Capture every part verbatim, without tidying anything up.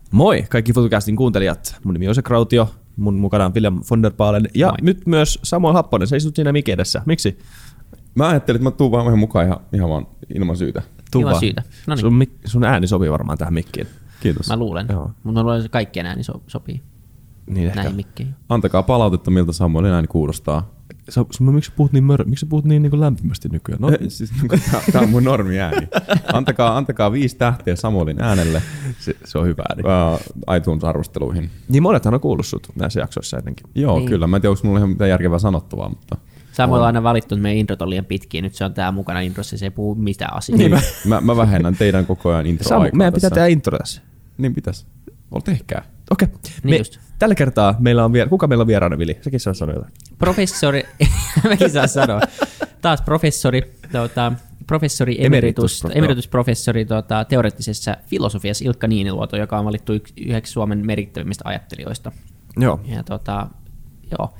Moi kaikki FutuCastin kuuntelijat. Mun nimi on Ose Krautio, mun mukana on William von der Baalen ja Moi. Nyt myös Samuel Happonen. Sä istut siinä mikin edessä. Miksi? Mä ajattelin, että mä tuun vaan vähän mukaan ihan, ihan vaan ilman syytä. Tuu ilman vaan. syytä. No niin. Sun, sun ääni sopii varmaan tähän mikkiin. Kiitos. Mä luulen. Joo. Mun luulen, että kaikkien ääni so- sopii niin ehkä. näihin mikkiin. Antakaa palautetta, miltä Samuelin ääni kuulostaa. Sä, miksi sä puhut niin, mör- miksi sä puhut niin, niin kuin lämpimästi nykyään? No. Siis, tää on mun normi ääni. Antakaa, antakaa viisi tähteä Samuelin äänelle. Se, se on hyvä ääni. Uh, iTunes-arvosteluihin. Niin monethan on kuullut sut näissä jaksoissa ennenkin. Joo, niin. Kyllä. Mä en tiedä, onko mulla ihan mitään järkevää sanottavaa, mutta... Samuel on aina valittu, että meidän introt on liian pitkiä. Nyt se on tää mukana introssa ja se ei puhu mitään asiaa. Niin, mä, mä vähennän teidän koko ajan intro-aikaa. Samu, meidän pitää tässä. tehdä intro tässä. Niin pitäis. Ol tehkää. Okei. Okay. Niin tällä kertaa meillä on vielä... Kuka meillä on vieraana, Vili? Säkin saa sanoa jotain. Professori... Mäkin saa sanoa. Taas professori... Tuota, professori emeritus, Emeritus, emeritusprofessori tuota, teoreettisessa filosofiassa Ilkka Niiniluoto, joka on valittu yhdeksi Suomen merkittävimmistä ajattelijoista. Joo. Ja tuota, joo.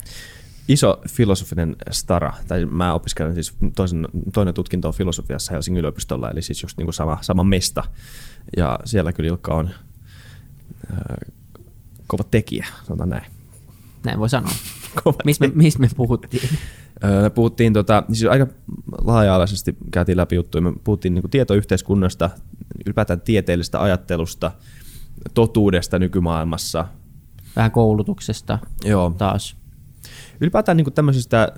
Iso filosofinen stara, tai mä opiskelen siis toisen, toinen tutkinto on filosofiassa Helsingin yliopistolla, eli siis just niinku sama, sama mesta. Ja siellä kyllä Ilkka on äh, kova tekijä, sanotaan näin. Näin voi sanoa. Mistä me, mis me puhuttiin? Me puhuttiin, tota, siis aika laaja-alaisesti käytiin läpi juttuja, me puhuttiin niinku tietoyhteiskunnasta, ylipäätään tieteellisestä ajattelusta, totuudesta nykymaailmassa. Vähän koulutuksesta. Joo. Taas. Ylipäätään niinku tämmöisestä,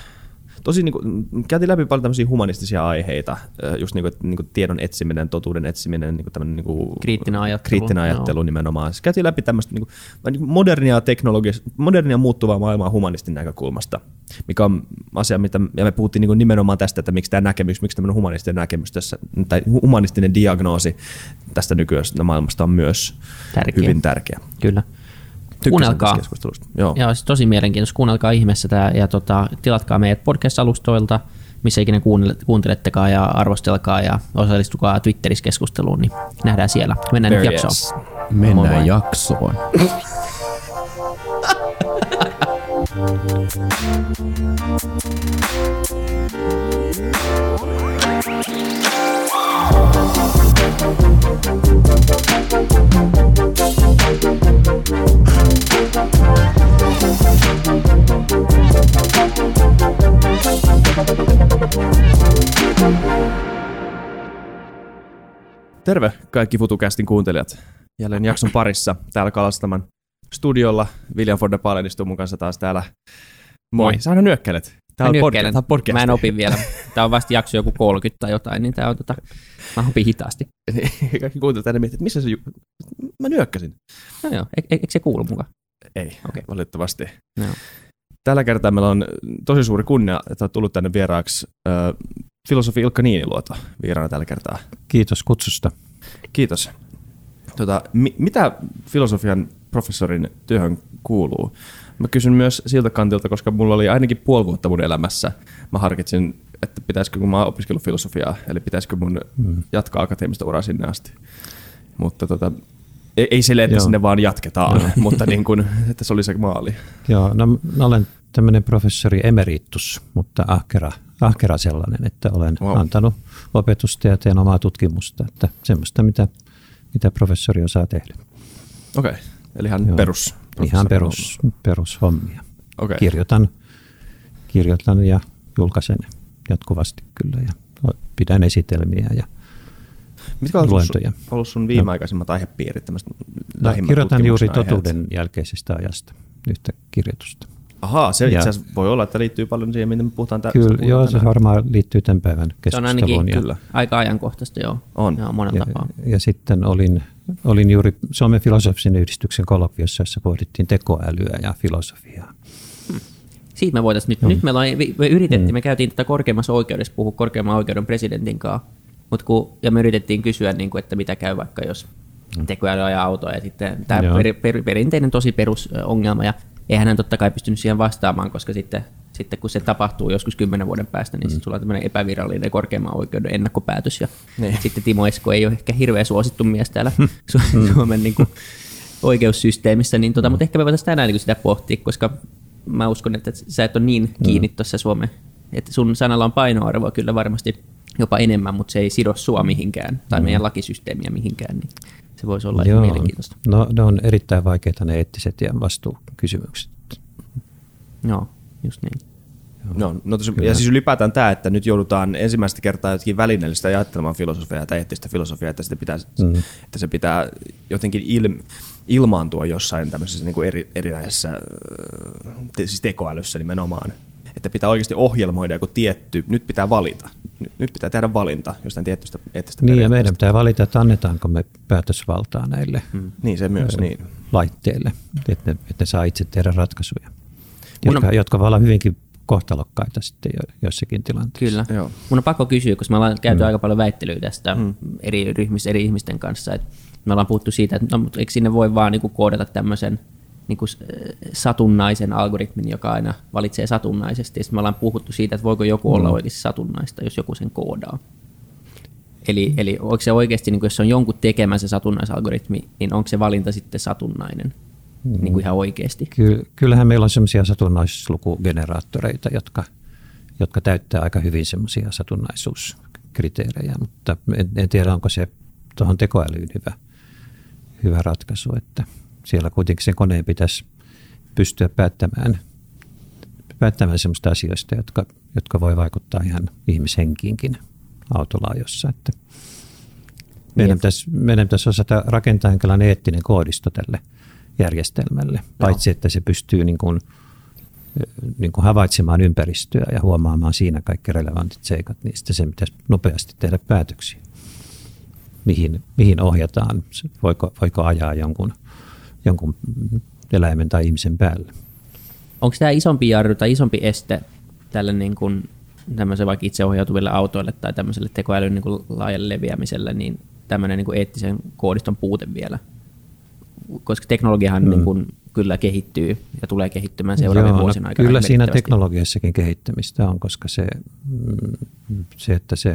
tosi niinku, käytiin läpi paljon tämmöisiä humanistisia aiheita, just niinku, niinku tiedon etsiminen, totuuden etsiminen, niinku tämmöinen niinku kriittinen ajattelu, kriittinen ajattelu nimenomaan. Siis käytiin läpi tämmöistä niinku, modernia teknologia, modernia muuttuvaa maailmaa humanistin näkökulmasta, mikä on asia, mitä, ja me puhuttiin niinku nimenomaan tästä, että miksi tämä näkemys, miksi tämmöinen humanistinen näkemys tässä, tai humanistinen diagnoosi tästä nykyisestä maailmasta on myös tärkeä. Hyvin tärkeä. Kyllä. Kuunnelkaa. Joo. Joo, siis tosi mielenkiintoista. Kuunnelkaa ihmeessä tämä ja tota, tilatkaa meidät podcast-alustoilta, missä ikinä kuuntelettekaan ja arvostelkaa ja osallistukaa Twitterissä keskusteluun, niin nähdään siellä. Mennään There nyt jaksoon. Yes. Mennään moi moi. jaksoon. Terve kaikki FutuCastin kuuntelijat. Jälleen jakson parissa täällä Kalastaman studiolla. William von der Baalen istuu mun kanssa taas täällä. Moi. Moi. Sä aina nyökkäilet. Tää on, podcast, tää on podcast. Mä en opi vielä. Tää on vasta jakso joku kolmekymmentä tai jotain, niin tää on tota, mä opin hitaasti. Kaikki kuuntelijat aina miettii, että missä se ju... Mä nyökkäsin. No joo, e- eikö se kuulu mukaan? Ei, okay. Valitettavasti. No. Tällä kertaa meillä on tosi suuri kunnia, että olet tullut tänne vieraaksi äh, filosofi Ilkka Niiniluoto vieraana tällä kertaa. Kiitos kutsusta. Kiitos. Tota, mi- mitä filosofian professorin työhön kuuluu? Mä kysyn myös siltä kantilta, koska mulla oli ainakin puoli vuotta mun elämässä. Mä harkitsin, että pitäisikö, kun mä oon opiskellut filosofiaa, eli pitäisikö mun hmm. jatkaa akateemista uraa sinne asti. Mutta tota, ei, ei silleen, että Joo. sinne vaan jatketaan, Joo. mutta niin kun, että se oli se maali. Joo, no mä olen tämmöinen professori emeritus, mutta ahkera, ahkera sellainen, että olen wow. antanut opetusta ja teen omaa tutkimusta, että semmoista, mitä, mitä professori osaa tehdä. Okei, okay. Eli ihan Joo. perus. Ihan perus, perushommia. Okay. Kirjoitan, kirjoitan ja julkaisen jatkuvasti kyllä ja pidän esitelmiä ja mitkä on ollut sun viimeaikaisimmat no. aihepiirit? No, kirjoitan juuri totuuden aiheet. Jälkeisestä ajasta yhtä kirjoitusta. Ahaa, se itse asiassa voi olla, että liittyy paljon siihen, miten me puhutaan täällä. Kyllä, joo, se varmaan liittyy tämän päivän keskusteluun. Se on ainakin ja, kyllä. aika ajankohtaista, joo. On. Joo, monella ja, tapaa. Ja sitten olin, olin juuri Suomen filosofisen yhdistyksen kolokviossa, jossa pohdittiin tekoälyä ja filosofiaa. Hmm. Siitä me voitaisiin nyt, mm. nyt me, me yritettiin, mm. me käytiin tätä korkeimmassa oikeudessa puhua korkeimman oikeuden presidentin kanssa, mut kun, ja me yritettiin kysyä, niin kuin, että mitä käy vaikka jos tekoäly ajaa autoa, ja sitten tämä per, per, perinteinen tosi perusongelma, ja eihän hän totta kai pystynyt siihen vastaamaan, koska sitten, sitten kun se tapahtuu joskus kymmenen vuoden päästä, niin mm. sitten sulla on tämmöinen epävirallinen korkeimman oikeuden ennakkopäätös, ja niin. sitten Timo Esko ei ole ehkä hirveän suosittu mies täällä Su- Suomen niin kuin, oikeussysteemissä, niin tota, mutta ehkä me voitaisiin tänään niin sitä pohtia, koska mä uskon, että sä et ole niin kiinni mm. tuossa Suomen, että sun sanalla on painoarvoa kyllä varmasti jopa enemmän, mutta se ei sido sua mihinkään tai mm. meidän lakisysteemiä mihinkään, niin Se voisi olla Joo. mielenkiintoista. No, ne on erittäin vaikeita ne eettiset ja vastuukysymykset. Joo, just niin. No, no tos, ja siis ylipäätään tämä, että nyt joudutaan ensimmäistä kertaa jotenkin välineellistä ajattelemaan filosofiaa tai eettistä filosofiaa, että, sitä pitää, mm. että se pitää jotenkin il, ilmaantua jossain tämmöisessä niin kuin eri, erinäisessä te, siis tekoälyssä nimenomaan. Että pitää oikeasti ohjelmoida joku tietty, nyt pitää valita. Nyt, nyt pitää tehdä valinta jostain tietystä eettistä Niin, ja meidän pitää valita, että annetaanko me päätösvaltaa näille mm. niin, se myös, ö, niin. laitteille, että ne, että ne saa itse tehdä ratkaisuja, jotka, on... jotka voi olla hyvinkin kohtalokkaita sitten jo, jossakin tilanteessa. Kyllä. Joo. Mun on pakko kysyä, koska me ollaan käyty mm. aika paljon väittelyä tästä mm. eri ryhmissä, eri ihmisten kanssa. Et me ollaan puhuttu siitä, että no, eikö sinne voi vaan niinku koodata tämmöisen niinku satunnaisen algoritmin, joka aina valitsee satunnaisesti. Sitten me ollaan puhuttu siitä, että voiko joku mm. olla oikeasti satunnaista, jos joku sen koodaa. Eli, eli onko se oikeasti, niin jos se on jonkun tekemä se satunnaisalgoritmi, niin onko se valinta sitten satunnainen? Mm. Niin kuin ihan oikeasti. Ky- kyllähän meillä on semmoisia satunnaislukugeneraattoreita, jotka, jotka täyttää aika hyvin semmoisia satunnaisuuskriteerejä, mutta en, en tiedä, onko se tuohon tekoälyyn hyvä, hyvä ratkaisu, että siellä kuitenkin sen koneen pitäisi pystyä päättämään, päättämään semmoista asioista, jotka, jotka voi vaikuttaa ihan ihmishenkiinkin autolaajossa, että meidän pitäisi, meidän pitäisi osata rakentaa jonkinlainen eettinen koodisto tälle järjestelmälle, paitsi että se pystyy niin kuin, niin kuin havaitsemaan ympäristöä ja huomaamaan siinä kaikki relevantit seikat, niin sitten sen pitäisi nopeasti tehdä päätöksiä, mihin, mihin ohjataan, voiko, voiko ajaa jonkun, jonkun eläimen tai ihmisen päälle. Onko tämä isompi jarru tai isompi este tälle niin kuin tämmöiselle vaikka itseohjautuville autoille tai tämmöiselle tekoälyn niin kuin laajalle leviämiselle, niin tämmöinen niin kuin eettisen koodiston puute vielä? Koska teknologiahan mm. niin kuin kyllä kehittyy ja tulee kehittymään seuraavien Joo, vuosien no, aikana. Kyllä siinä teknologiassakin kehittämistä on, koska se, se että se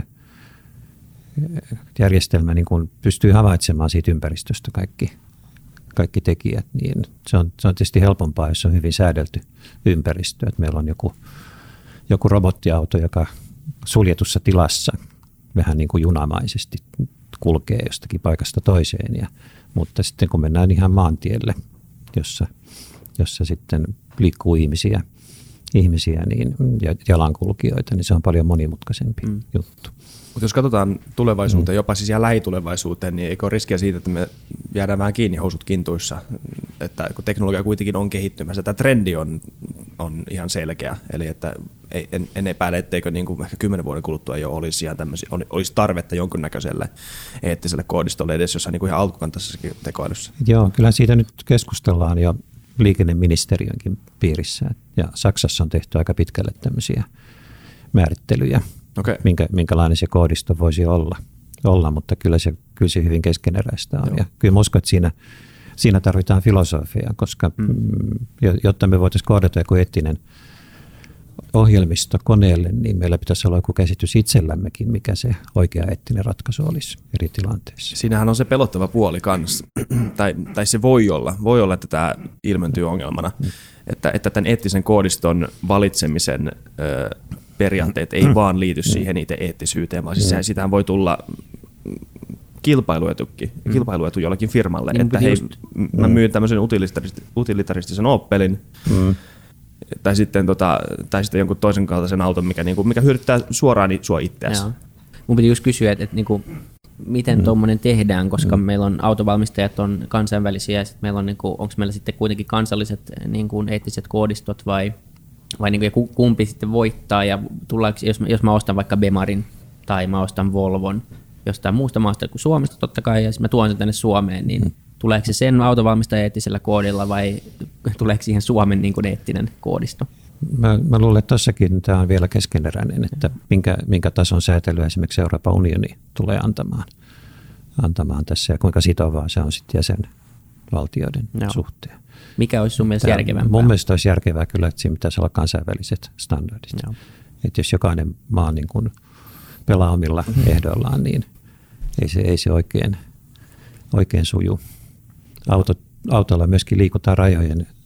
järjestelmä niin kuin pystyy havaitsemaan siitä ympäristöstä kaikki, kaikki tekijät, niin se on, se on tietysti helpompaa, jos on hyvin säädelty ympäristö. Että meillä on joku, joku robottiauto, joka suljetussa tilassa vähän niin kuin junamaisesti kulkee jostakin paikasta toiseen, ja, mutta sitten kun mennään ihan maantielle, jossa, jossa sitten liikkuu ihmisiä, ihmisiä niin, ja jalankulkijoita, niin se on paljon monimutkaisempi mm. juttu. Mutta jos katsotaan tulevaisuuteen, mm. jopa siis ihan lähitulevaisuuteen, niin eikö ole riskiä siitä, että me jäädään vähän kiinni housut kintuissa, että kun teknologia kuitenkin on kehittymässä, tämä trendi on, on ihan selkeä, eli että en, en epäile, etteikö niin kuin ehkä kymmenen vuoden kuluttua jo olisi, ihan olisi tarvetta jonkunnäköiselle eettiselle koodistolle edes jossain niin kuin ihan alkukantaisessakin tekoälyssä. Joo, kyllä siitä nyt keskustellaan jo liikenneministeriönkin piirissä, ja Saksassa on tehty aika pitkälle tämmöisiä määrittelyjä. Okay. Minkä, minkälainen se koodisto voisi olla, olla mutta kyllä se, kyllä se hyvin keskeneräistä on. Ja kyllä mä uskon, että siinä, siinä tarvitaan filosofiaa, koska mm. jotta me voitaisiin koodata joku eettinen ohjelmisto koneelle, niin meillä pitäisi olla joku käsitys itsellämmekin, mikä se oikea eettinen ratkaisu olisi eri tilanteissa. Siinähän on se pelottava puoli kanssa, tai, tai se voi olla, voi olla, että tämä ilmentyy ongelmana, mm. että, että tämän eettisen koodiston valitsemisen ö, periaatteet ei vaan liity siihen itse eettisyyteen, vaan siis mm. sitähän voi tulla kilpailuetukin, mm. kilpailuetu jollakin firmalle, niin, että hei, just, mä myyn tämmöisen utilitaristisen Opelin, mm. tai, sitten tota, tai sitten jonkun toisen kaltaisen auton, mikä, niinku, mikä hyödyttää suoraan sua itseäsi. Joo. Mun piti just kysyä, että, että niinku, miten mm. tuommoinen tehdään, koska mm. meillä on autovalmistajat on kansainvälisiä, ja sit meillä on, niinku, onko meillä sitten kuitenkin kansalliset niinku, eettiset koodistot, vai vai niin kuin kumpi sitten voittaa, ja tullaanko, jos, jos mä ostan vaikka Bemarin tai mä ostan Volvon jostain muusta maasta kuin Suomesta totta kai, ja mä tuon sen tänne Suomeen, niin mm. tuleeko se sen autovalmistajan eettisellä koodilla vai tuleeko siihen Suomen niin kuin eettinen koodisto? Mä, mä luulen, että tossakin tämä on vielä keskeneräinen, että minkä, minkä tason säätelyä esimerkiksi Euroopan unioni tulee antamaan, antamaan tässä, ja kuinka sitovaa se on sitten jäsenvaltioiden Joo. suhteen. Mikä olisi sun mielestä järkevämpää? Mun mielestä olisi järkevää kyllä, että siinä pitäisi olla kansainväliset standardit. Joo. Että jos jokainen maa niin kuin pelaa omilla ehdoillaan, niin ei se, ei se oikein, oikein suju. Auto, autolla myöskin liikutaan rajojen,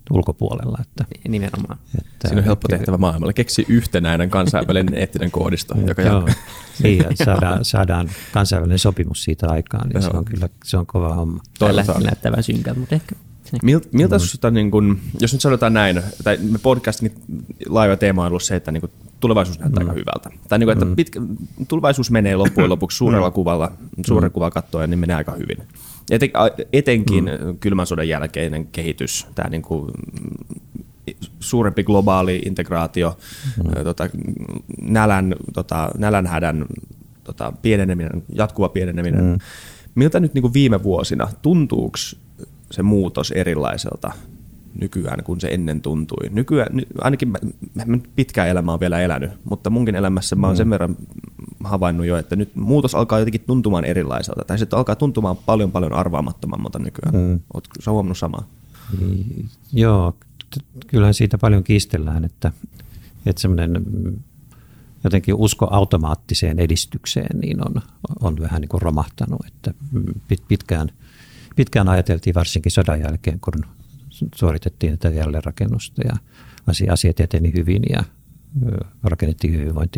ulkopuolella. Että, nimenomaan. Että, siinä on helppo tehtävä maailmalla. Keksi yhtenäinen kansainvälinen eettinen koodisto, joka joo, niin, saadaan, saadaan kansainvälinen sopimus siitä aikaan, niin se on kyllä se on kova homma. Tällä näyttää vähän synkältä, mutta ehkä. Milt, miltä mm. susta, niin kun, jos nyt sanotaan näin, tai me podcastin laaja teema on ollut se, että niin kun, tulevaisuus näyttää mm. aika hyvältä. Tai niin kun, että mm. pitkä, tulevaisuus menee loppujen lopuksi suurella kuvalla, suuren mm. kuvalla katsoen, niin menee aika hyvin. Eten, etenkin mm. kylmän sodan jälkeinen kehitys, tämä niin kun, suurempi globaali integraatio, mm. tota, nälän, tota, nälänhädän tota, pieneneminen, jatkuva pieneneminen. Mm. Miltä nyt niin kun viime vuosina, tuntuuko se muutos erilaiselta nykyään, kun se ennen tuntui? Nykyään, ainakin mä, mä pitkään elämää on vielä elänyt, mutta munkin elämässä mä oon sen verran havainnut jo, että nyt muutos alkaa jotenkin tuntumaan erilaiselta, tai sitten alkaa tuntumaan paljon paljon arvaamattomammalta nykyään. Mm. Ootko sä huomannut samaa? Joo, kyllähän siitä paljon kiistellään, että, että semmoinen jotenkin usko automaattiseen edistykseen niin on, on vähän niin kuin romahtanut, että pitkään Pitkään ajateltiin varsinkin sodan jälkeen, kun suoritettiin tätä jälleenrakennusta ja asiat eteni hyvin ja rakennettiin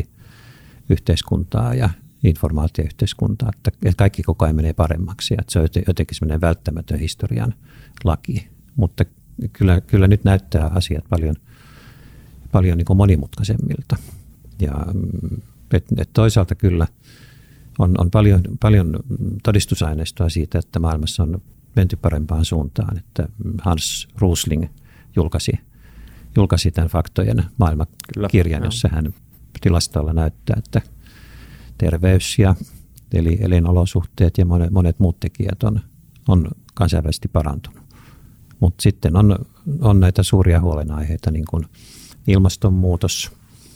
hyvinvointiyhteiskuntaa ja informaatioyhteiskuntaa, että kaikki koko ajan menee paremmaksi ja että se on jotenkin semmoinen välttämätön historian laki, mutta kyllä, kyllä nyt näyttää asiat paljon, paljon niin kuin monimutkaisemmilta ja et, et toisaalta kyllä On, on paljon, paljon todistusaineistoa siitä, että maailmassa on menty parempaan suuntaan. Että Hans Rosling julkaisi, julkaisi tämän faktojen maailmankirjan, jossa hän tilastoilla näyttää, että terveys ja eli elinolosuhteet ja monet, monet muut tekijät on, on kansainvälisesti parantunut. Mutta sitten on, on näitä suuria huolenaiheita, niin kuin ilmastonmuutos,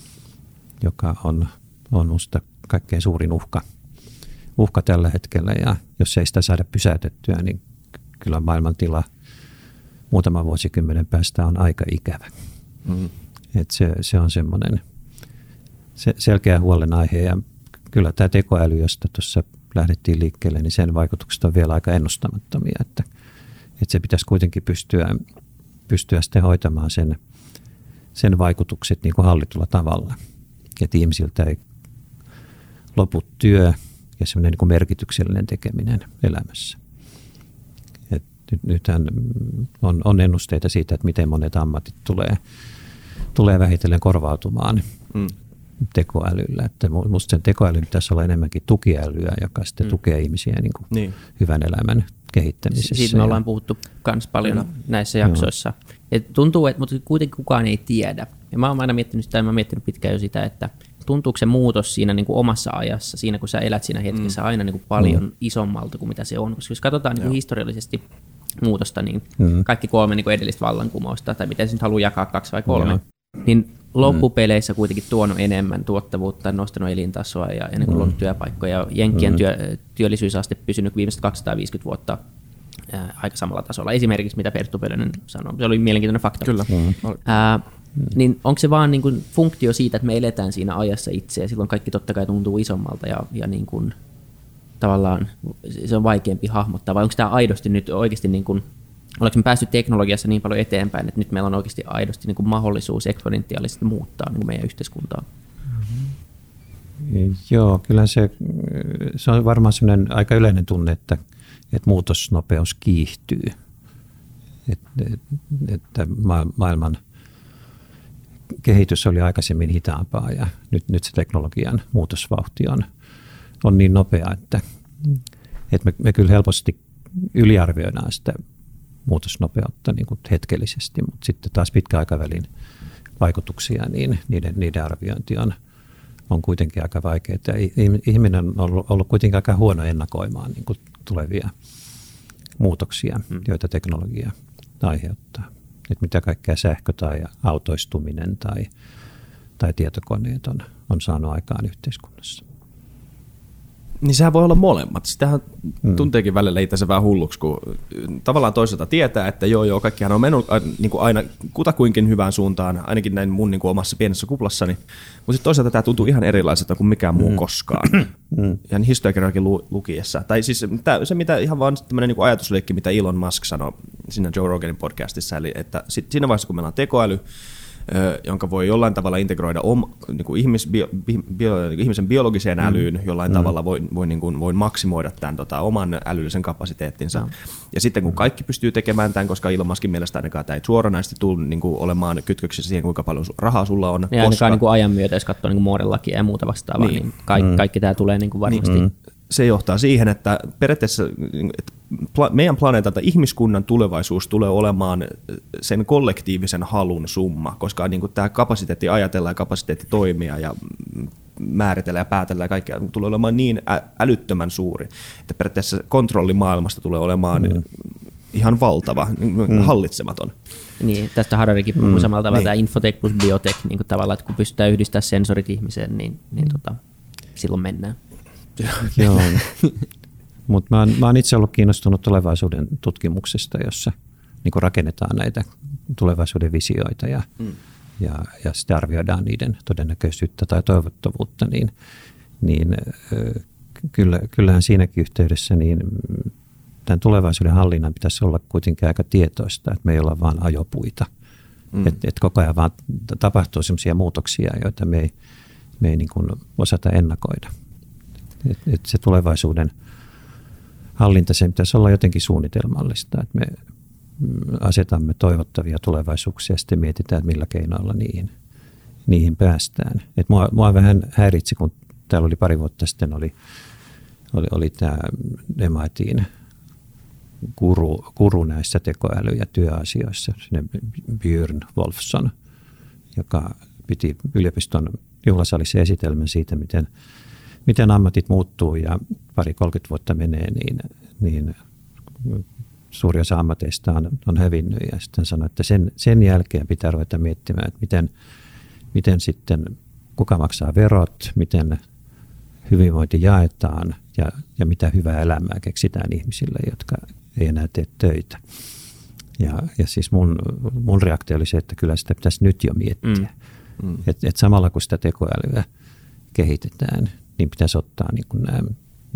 joka on, on minusta kaikkein suurin uhka. uhka tällä hetkellä, ja jos ei sitä saada pysäytettyä, niin kyllä maailmantila muutaman vuosikymmenen päästä on aika ikävä. Mm. Et se, se on semmoinen se, selkeä huolenaihe, ja kyllä tämä tekoäly, josta tuossa lähdettiin liikkeelle, niin sen vaikutukset on vielä aika ennustamattomia, että, että se pitäisi kuitenkin pystyä, pystyä sitten hoitamaan sen, sen vaikutukset niin kuin hallitulla tavalla, että ihmisiltä ei lopu työ ja semmoinen niin kuin merkityksellinen tekeminen elämässä. Et nyt, nythän on, on ennusteita siitä, että miten monet ammatit tulee, tulee vähitellen korvautumaan mm. tekoälyllä. Että musta sen tekoäly pitäisi olla enemmänkin tukiälyä, joka sitten mm. tukee ihmisiä niin kuin niin. hyvän elämän kehittämisessä. Siitä me ollaan puhuttu myös paljon no. näissä jaksoissa. Et tuntuu, että mutta kuitenkin kukaan ei tiedä. Ja mä oon aina miettinyt sitä, ja mä oon miettinyt pitkään jo sitä, että tuntuuko se muutos siinä niin kuin omassa ajassa, siinä kun sä elät siinä hetkessä mm. aina niin kuin paljon mm. isommalta kuin mitä se on. Koska jos katsotaan niin kuin historiallisesti muutosta, niin mm. kaikki kolme niin kuin edellistä vallankumousta, tai miten se nyt haluaa jakaa kaksi vai kolme, Joo. niin loppupeleissä kuitenkin tuonut enemmän tuottavuutta, nostanut elintasoa ja ennen kuin mm. luonut työpaikkoja. Jenkkien mm. työ, työllisyysaste pysynyt viimeiset kaksisataaviisikymmentä vuotta ää, aika samalla tasolla. Esimerkiksi mitä Perttu Pölönen sanoi, se oli mielenkiintoinen fakta. Kyllä. Mm. Ää, niin onko se vaan niin kuin funktio siitä, että me eletään siinä ajassa itse ja silloin kaikki totta kai tuntuu isommalta ja, ja niin kuin, tavallaan se on vaikeampi hahmottaa, vai onko tämä aidosti nyt oikeasti, niin kuin, ollaanko me päästy teknologiassa niin paljon eteenpäin, että nyt meillä on oikeasti aidosti niin kuin mahdollisuus eksponentiaalisesti muuttaa niin kuin meidän yhteiskuntaa? Mm-hmm. Joo, kyllä se, se on varmaan sellainen aika yleinen tunne, että, että muutosnopeus kiihtyy, että, että maailman kehitys oli aikaisemmin hitaampaa ja nyt, nyt se teknologian muutosvauhti on, on niin nopea, että, että me, me kyllä helposti yliarvioidaan sitä muutosnopeutta niin kuin hetkellisesti, mutta sitten taas pitkän aikavälin vaikutuksia, niin niiden, niiden arviointi on, on kuitenkin aika vaikeaa. Ihminen on ollut, ollut kuitenkin aika huono ennakoimaan niin kuin tulevia muutoksia, hmm. joita teknologia aiheuttaa. Että mitä kaikkea sähkö tai autoistuminen tai, tai tietokoneet on, on saanut aikaan yhteiskunnassa. Niin sehän voi olla molemmat. Sitähän mm. tunteekin välillä itse vähän hulluksi, kun tavallaan toisaalta tietää, että joo joo, kaikkihan on mennyt niin kuin aina kutakuinkin hyvään suuntaan, ainakin näin mun niin kuin omassa pienessä kuplassani. Mutta sitten toisaalta tämä tuntuu ihan erilaiselta kuin mikään muu mm. koskaan. Mm. Ja historiakirjoakin lu- lukiessa. Tai siis tää, se, mitä ihan vaan tämmöinen niin kuin ajatusleikki, mitä Elon Musk sanoi siinä Joe Roganin podcastissa, eli että sit siinä vaiheessa, kun meillä on tekoäly, jonka voi jollain tavalla integroida om, niin kuin ihmis, bio, bio, ihmisen biologiseen mm. älyyn, jollain mm. tavalla voi, voi, niin kuin, voi maksimoida tämän tota, oman älyllisen kapasiteettinsa. No. Ja sitten kun kaikki pystyy tekemään tämän, koska Elon Muskin mielestä ainakaan tämä ei suoranaisesti tule niin kuin olemaan kytköksissä siihen, kuinka paljon rahaa sulla on. Ja koska... ainakaan niin kuin ajan myötä, jos katsoo niin muodelakia ja muuta vastaavaa, niin, niin kaikki, mm. kaikki tämä tulee niin kuin varmasti. Niin. Se johtaa siihen, että periaatteessa että meidän planeetalta ihmiskunnan tulevaisuus tulee olemaan sen kollektiivisen halun summa, koska niin kuin tämä kapasiteetti ajatella ja kapasiteetti toimia ja määritellä ja päätellä ja kaikkea tulee olemaan niin älyttömän suuri, että periaatteessa kontrolli maailmasta tulee olemaan mm. ihan valtava, mm. hallitsematon. Niin, tästä Hararikin puhuu mm. samalla tavalla, niin. Tämä infotech plus biotech, niin kuin tavallaan, että kun pystytään yhdistämään sensorit ihmiseen, niin, niin tota, silloin mennään. Joo, mutta mä, mä oon itse ollut kiinnostunut tulevaisuuden tutkimuksesta, jossa niin kun rakennetaan näitä tulevaisuuden visioita ja, mm. ja, ja sitten arvioidaan niiden todennäköisyyttä tai toivottavuutta, niin, niin kyllä, kyllähän siinäkin yhteydessä niin tämän tulevaisuuden hallinnan pitäisi olla kuitenkin aika tietoista, että me ei olla vaan ajopuita, mm. että et koko ajan vaan tapahtuu sellaisia muutoksia, joita me ei, me ei niin kuin osata ennakoida. Että et se tulevaisuuden hallinta, sen pitäisi olla jotenkin suunnitelmallista, että me asetamme toivottavia tulevaisuuksia ja sitten mietitään, että millä keinoilla niihin, niihin päästään. Et mua, mua vähän häiritsi, kun täällä oli pari vuotta sitten oli, oli, oli tämä M I T:n guru, guru näissä tekoäly- ja työasioissa, Björn Wolfson, joka piti yliopiston juhlasalissa esitelmän siitä, miten Miten ammatit muuttuu ja pari kolmekymmentä vuotta menee, niin, niin suuri osa ammateista on, on hävinnyt. Ja sitten sanoi, että sen, sen jälkeen pitää ruveta miettimään, että miten, miten sitten, kuka maksaa verot, miten hyvinvointi jaetaan ja, ja mitä hyvää elämää keksitään ihmisille, jotka ei enää tee töitä. Ja, ja siis mun, mun reaktio oli se, että kyllä sitä pitäisi nyt jo miettiä. Mm. Mm. Että et samalla kun sitä tekoälyä kehitetään, niin pitäisi ottaa niin kuin nämä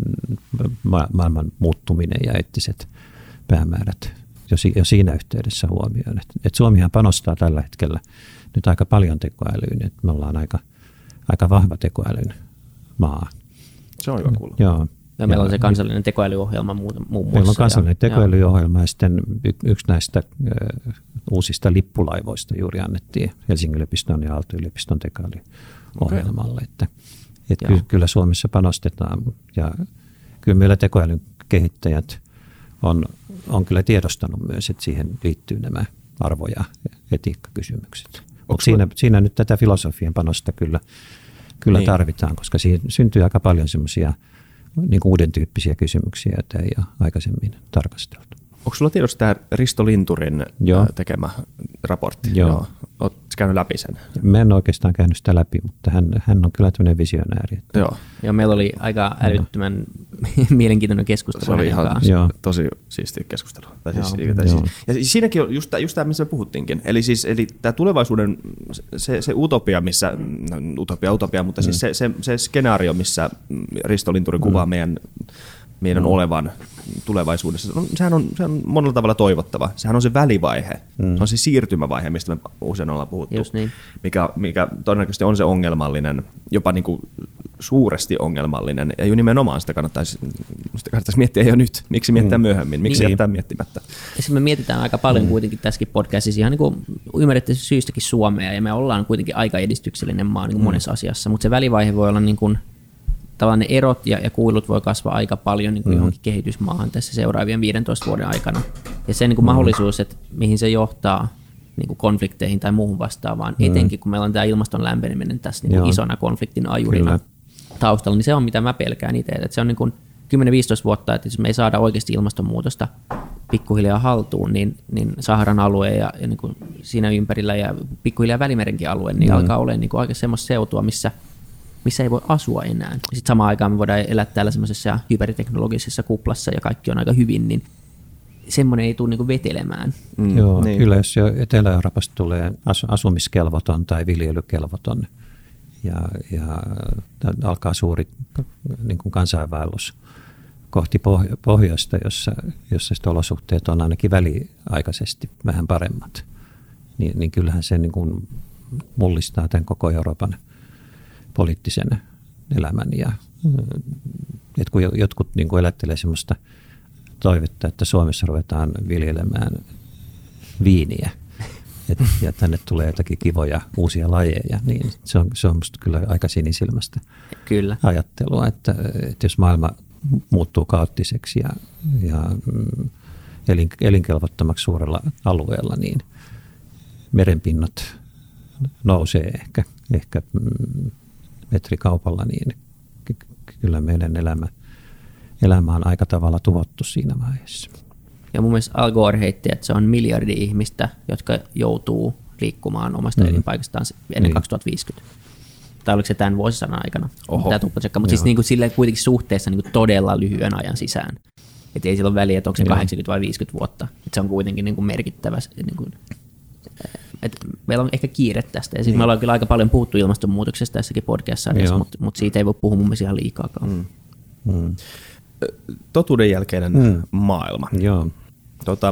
ma- maailman muuttuminen ja eettiset päämäärät jo, si- jo siinä yhteydessä huomioon. Et, et Suomihan panostaa tällä hetkellä nyt aika paljon tekoälyyn, että me ollaan aika, aika vahva tekoälyn maa. Se on hyvä kuulla. Joo. Ja meillä on se kansallinen tekoälyohjelma muun muassa. Meillä on kansallinen ja, tekoälyohjelma ja sitten yksi näistä uh, uusista lippulaivoista juuri annettiin Helsingin yliopiston ja Aalto-yliopiston tekoälyohjelmalle, okay. että Että ky- kyllä Suomessa panostetaan ja kyllä meillä tekoälyn kehittäjät on, on kyllä tiedostanut myös, että siihen liittyy nämä arvo- ja etiikkakysymykset. Mutta siinä, siinä nyt tätä filosofian panosta kyllä, kyllä niin. tarvitaan, koska siinä syntyy aika paljon semmoisia niin kuin uuden tyyppisiä kysymyksiä, joita ei ole aikaisemmin tarkasteltu. Onko sulla tiedossa tämä Risto Linturin Joo. tekemä raportti? Joo. Joo. Oletko käynyt läpi sen? Mä en oikeastaan käynyt sitä läpi, mutta hän, hän on kyllä tämmöinen visionääri. Että... Joo. Joo, meillä oli aika älyttömän mielenkiintoinen keskustelu. Se oli ihan Joo. tosi siistiä keskustelu. Tai siis, tai siis, ja siinäkin on just, just tämä, missä me puhuttiinkin. Eli, siis, eli tämä tulevaisuuden, se, se utopia, missä, utopia, utopia, mutta mm. siis se, se, se skenaario, missä Risto Linturi kuvaa mm. meidän meidän mm. olevan tulevaisuudessa. Sehän on, sehän on monella tavalla toivottava. Sehän on se välivaihe. Mm. Se on se siirtymävaihe, mistä me usein ollaan puhuttu, niin. mikä, mikä todennäköisesti on se ongelmallinen, jopa niin kuin suuresti ongelmallinen. Ja nimenomaan sitä kannattaisi, sitä kannattaisi miettiä jo nyt. Miksi miettiä mm. myöhemmin? Miksi niin. jättää miettimättä? Ja me mietitään aika paljon mm. kuitenkin tässäkin podcastissa ihan niin kuin ymmärrettävästi syystäkin Suomea, ja me ollaan kuitenkin aika edistyksellinen maa niin kuin mm. monessa asiassa, mutta se välivaihe voi olla niin kuin tavallaan ne erot ja, ja kuilut voi kasvaa aika paljon niin kuin mm. johonkin kehitysmaahan tässä seuraavien viidentoista vuoden aikana. Ja se niin kuin mm. mahdollisuus, että mihin se johtaa niin kuin konflikteihin tai muuhun vastaavaan, mm. etenkin kun meillä on tämä ilmaston lämpeneminen tässä niin kuin isona konfliktin ajurina Kyllä. taustalla, niin se on mitä mä pelkään itse. Että se on niin kuin kymmenen viisitoista vuotta, että jos me ei saada oikeasti ilmastonmuutosta pikkuhiljaa haltuun, niin, niin Saharan alue ja, ja niin kuin siinä ympärillä ja pikkuhiljaa Välimerenkin alue, niin mm. alkaa olemaan niin kuin aika semmoista seutua, missä missä ei voi asua enää. Sitten samaan aikaan me voidaan elää täällä semmoisessa hyperteknologisessa kuplassa ja kaikki on aika hyvin, niin semmoinen ei tule niinku vetelemään. Mm, Joo, niin. Kyllä jos jo Etelä-Euroopasta tulee asumiskelvoton tai viljelykelvoton ja, ja alkaa suuri niin kuin kansainvaellus kohti pohjoista, jossa, jossa olosuhteet on ainakin väliaikaisesti vähän paremmat, niin, niin kyllähän se niin kuin mullistaa tämän koko Euroopan poliittisen elämän. Ja, et kun jotkut niin kuin elättelee sellaista toivetta, että Suomessa ruvetaan viljelemään viiniä, et, ja tänne tulee jotakin kivoja uusia lajeja, niin se on, se on musta kyllä aika sinisilmästä kyllä. ajattelua, että, että jos maailma muuttuu kaoottiseksi ja, ja elin, elinkelvottomaksi suurella alueella, niin merenpinnat nousee ehkä, ehkä metrikaupalla, niin kyllä meidän elämä, elämä on aika tavalla tuhottu siinä vaiheessa. Ja mun mielestä Al Gore heitti, että se on miljardi ihmistä, jotka joutuu liikkumaan omasta mm. elinpaikastaan ennen niin. kaksituhattaviisikymmentä. Tai oliko se tämän vuosisadan aikana? Tämä mutta siis niin kuin silleen kuitenkin suhteessa niin kuin todella lyhyen ajan sisään. Että ei sillä ole väliä, että onko se kahdeksankymmentä vai viisikymmentä vuotta. Että se on kuitenkin niin kuin merkittävä. Niin kuin, että meillä on ehkä kiire tästä. Ja siis me ollaan kyllä aika paljon puhuttu ilmastonmuutoksesta tässäkin podcast-sarjassa, mutta, mutta siitä ei voi puhua mun mielestä ihan liikaakaan. Mm. Mm. Totuuden jälkeinen mm. maailma. Joo. Tota,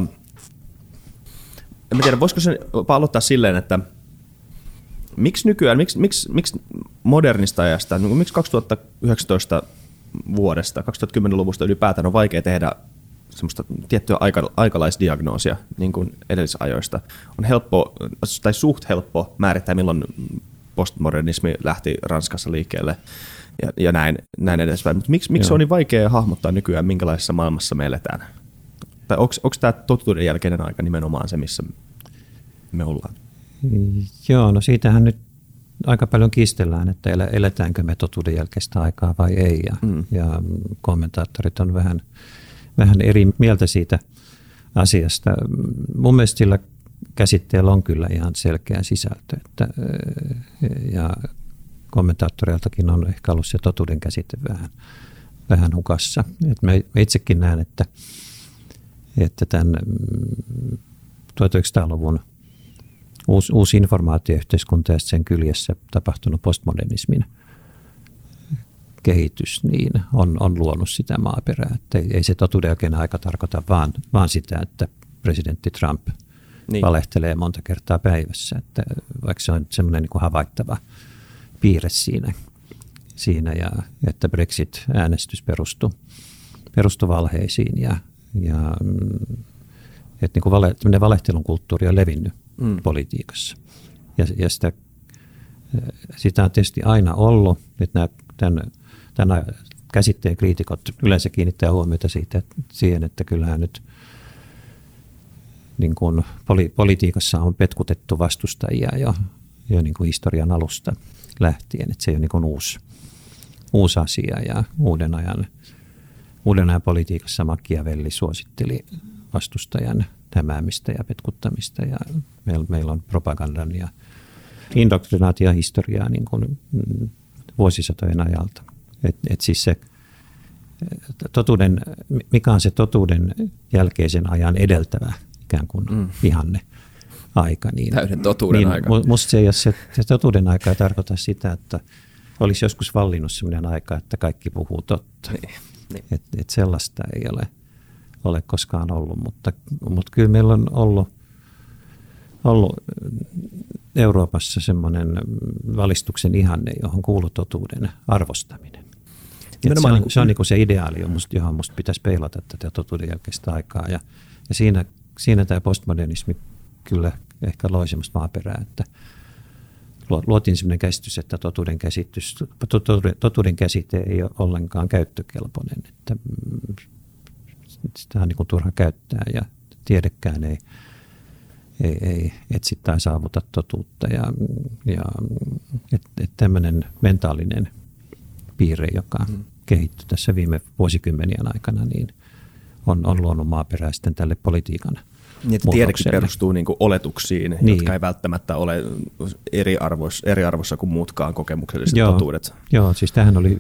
en tiedä, voisiko se aloittaa silleen, että miksi nykyään, miksi, miksi, miksi modernista ajasta, miksi kaksituhattayhdeksäntoista vuodesta, kaksituhattakymmenluvusta ylipäätään on vaikea tehdä semmoista tiettyä aika, aikalaisdiagnoosia niin kuin edellisajoista. On helppo, tai suht helppo määrittää, milloin postmodernismi lähti Ranskassa liikkeelle ja, ja näin, näin edespäin. Mutta miksi, miksi on niin vaikea hahmottaa nykyään, minkälaisessa maailmassa me eletään? Tai onko tämä totuuden jälkeinen aika nimenomaan se, missä me ollaan? Joo, no siitähän nyt aika paljon kiistellään, että eletäänkö me totuuden jälkeistä aikaa vai ei. Ja, mm. ja kommentaattorit on vähän, vähän eri mieltä siitä asiasta. Mun mielestä sillä käsitteellä on kyllä ihan selkeä sisältö. Että, ja kommentaattoreiltakin on ehkä ollut se totuuden käsite vähän, vähän hukassa. Et mä itsekin näen, että, että tämän tuhatyhdeksänsataaluvun Uusi, uusi informaatioyhteiskunta ja sen kyljessä tapahtunut postmodernismin kehitys niin on, on luonut sitä maaperää. Että ei, ei se totuuden jälkeinen aika tarkoita vaan, vaan sitä, että presidentti Trump niin. valehtelee monta kertaa päivässä. Että vaikka se on semmoinen niin kuin havaittava piirre siinä, siinä ja että Brexit-äänestys perustui, perustui valheisiin ja, ja että niin kuin vale, valehtelun kulttuuri on levinnyt Mm. politiikassa. Ja, ja sitä, sitä on tietysti aina ollut. Nyt nämä, tämän, tämän käsitteen kriitikot yleensä kiinnittää huomiota siitä, että, siihen, että kyllähän nyt niin kuin poli, politiikassa on petkutettu vastustajia jo, jo niin kuin historian alusta lähtien. Että se ei ole niin kuin uusi, uusi asia ja uuden ajan, uuden ajan politiikassa Machiavelli suositteli vastustajan hämäämistä ja petkuttamista ja meillä, meillä on propagandan ja indoktrinaation historiaa niin kuin vuosisatojen ajalta. Et, et siis se totuuden, mikä on se totuuden jälkeisen ajan edeltävä ikään kuin mm. ihanne aika. Niin, täyden totuuden niin, aika. Musta se ei ole se, se totuuden aika ei tarkoita sitä, että olisi joskus vallinnut sellainen aika, että kaikki puhuu totta. Niin, niin. Et, et sellaista ei ole. ole koskaan ollut, mutta, mutta kyllä meillä on ollut, ollut Euroopassa semmoinen valistuksen ihanne, johon kuuluu totuuden arvostaminen. Se on, niin kuin, se on niin kuin se ideaali, johon musta pitäisi peilata tätä totuuden jälkeistä aikaa. Ja, ja siinä, siinä tämä postmodernismi kyllä ehkä loi semmoista maaperää, että luotiin semmoinen käsitys, että totuuden, käsitys, totuuden, totuuden käsite ei ole ollenkaan käyttökelpoinen, että sitä on niin kuin turha käyttää ja tiedekään ei, ei, ei etsi tai saavuta totuutta. Ja, ja että et tämmöinen mentaalinen piirre, joka mm. kehittyi tässä viime vuosikymmenien aikana, niin on, on luonut maaperää sitten tälle politiikan niin, että tiedekin perustuu niin kuin oletuksiin, niin. jotka ei välttämättä ole eri arvoissa, eri arvoissa kuin muutkaan kokemukselliset joo, totuudet. Joo, siis tämähän oli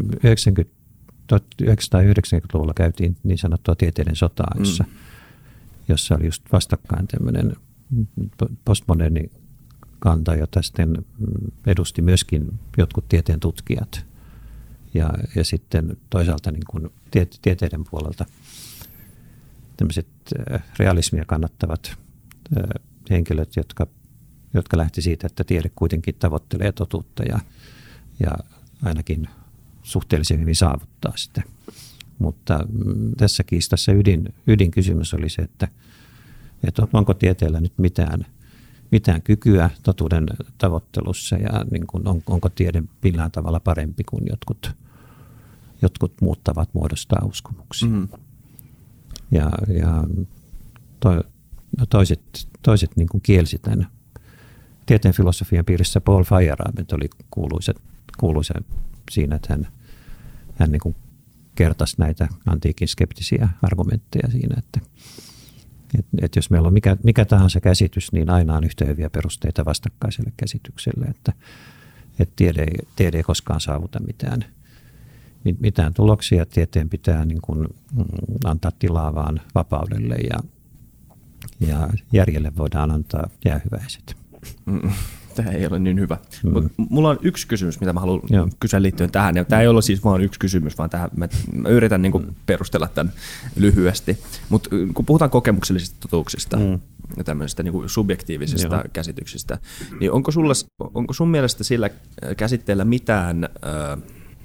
yhdeksänkymmentäluvulla käytiin niin sanottua tieteiden sotaa, jossa, mm. jossa oli just vastakkain tämmöinen postmoderni kanta, jota sitten edusti myöskin jotkut tieteen tutkijat. ja, ja sitten toisaalta niin kuin tiete, tieteiden puolelta tämmöiset realismia kannattavat henkilöt, jotka, jotka lähti siitä, että tiede kuitenkin tavoittelee totuutta ja, ja ainakin suhteellisen hyvin saavuttaa sitä. Mutta tässä kiistassa ydin, ydinkysymys oli se, että, että onko tieteellä nyt mitään, mitään kykyä totuuden tavoittelussa ja niin kuin on, onko tiede millään tavalla parempi kuin jotkut, jotkut muut tavat muodostaa uskomuksia. Mm. Ja, ja to, no toiset, toiset niin kuin kielsi tämän. Tieteen filosofian piirissä Paul Feyerabend oli kuuluisa, kuuluisa siinä, että hän, hän niin kuin kertasi näitä antiikin skeptisiä argumentteja siinä, että, että, että jos meillä on mikä, mikä tahansa käsitys, niin aina on yhtä hyviä perusteita vastakkaiselle käsitykselle, että, että tiede, tiede ei koskaan saavuta mitään, mitään tuloksia. Tieteen pitää niin kuin antaa tilaa vaan vapaudelle ja, ja järjelle voidaan antaa jäähyväiset. Mm. Tämä ei ole niin hyvä. Mm. Mulla on yksi kysymys, mitä mä haluan Joo. kysyä liittyen tähän. Ja tämä ei ole siis vain yksi kysymys, vaan tähän, mä, mä yritän niin kuin perustella tämän lyhyesti. Mutta kun puhutaan kokemuksellisista totuuksista mm. ja tämmöisistä niin kuin subjektiivisista Joo. käsityksistä, niin onko, sulla, onko sun mielestä sillä käsitteellä mitään, äh,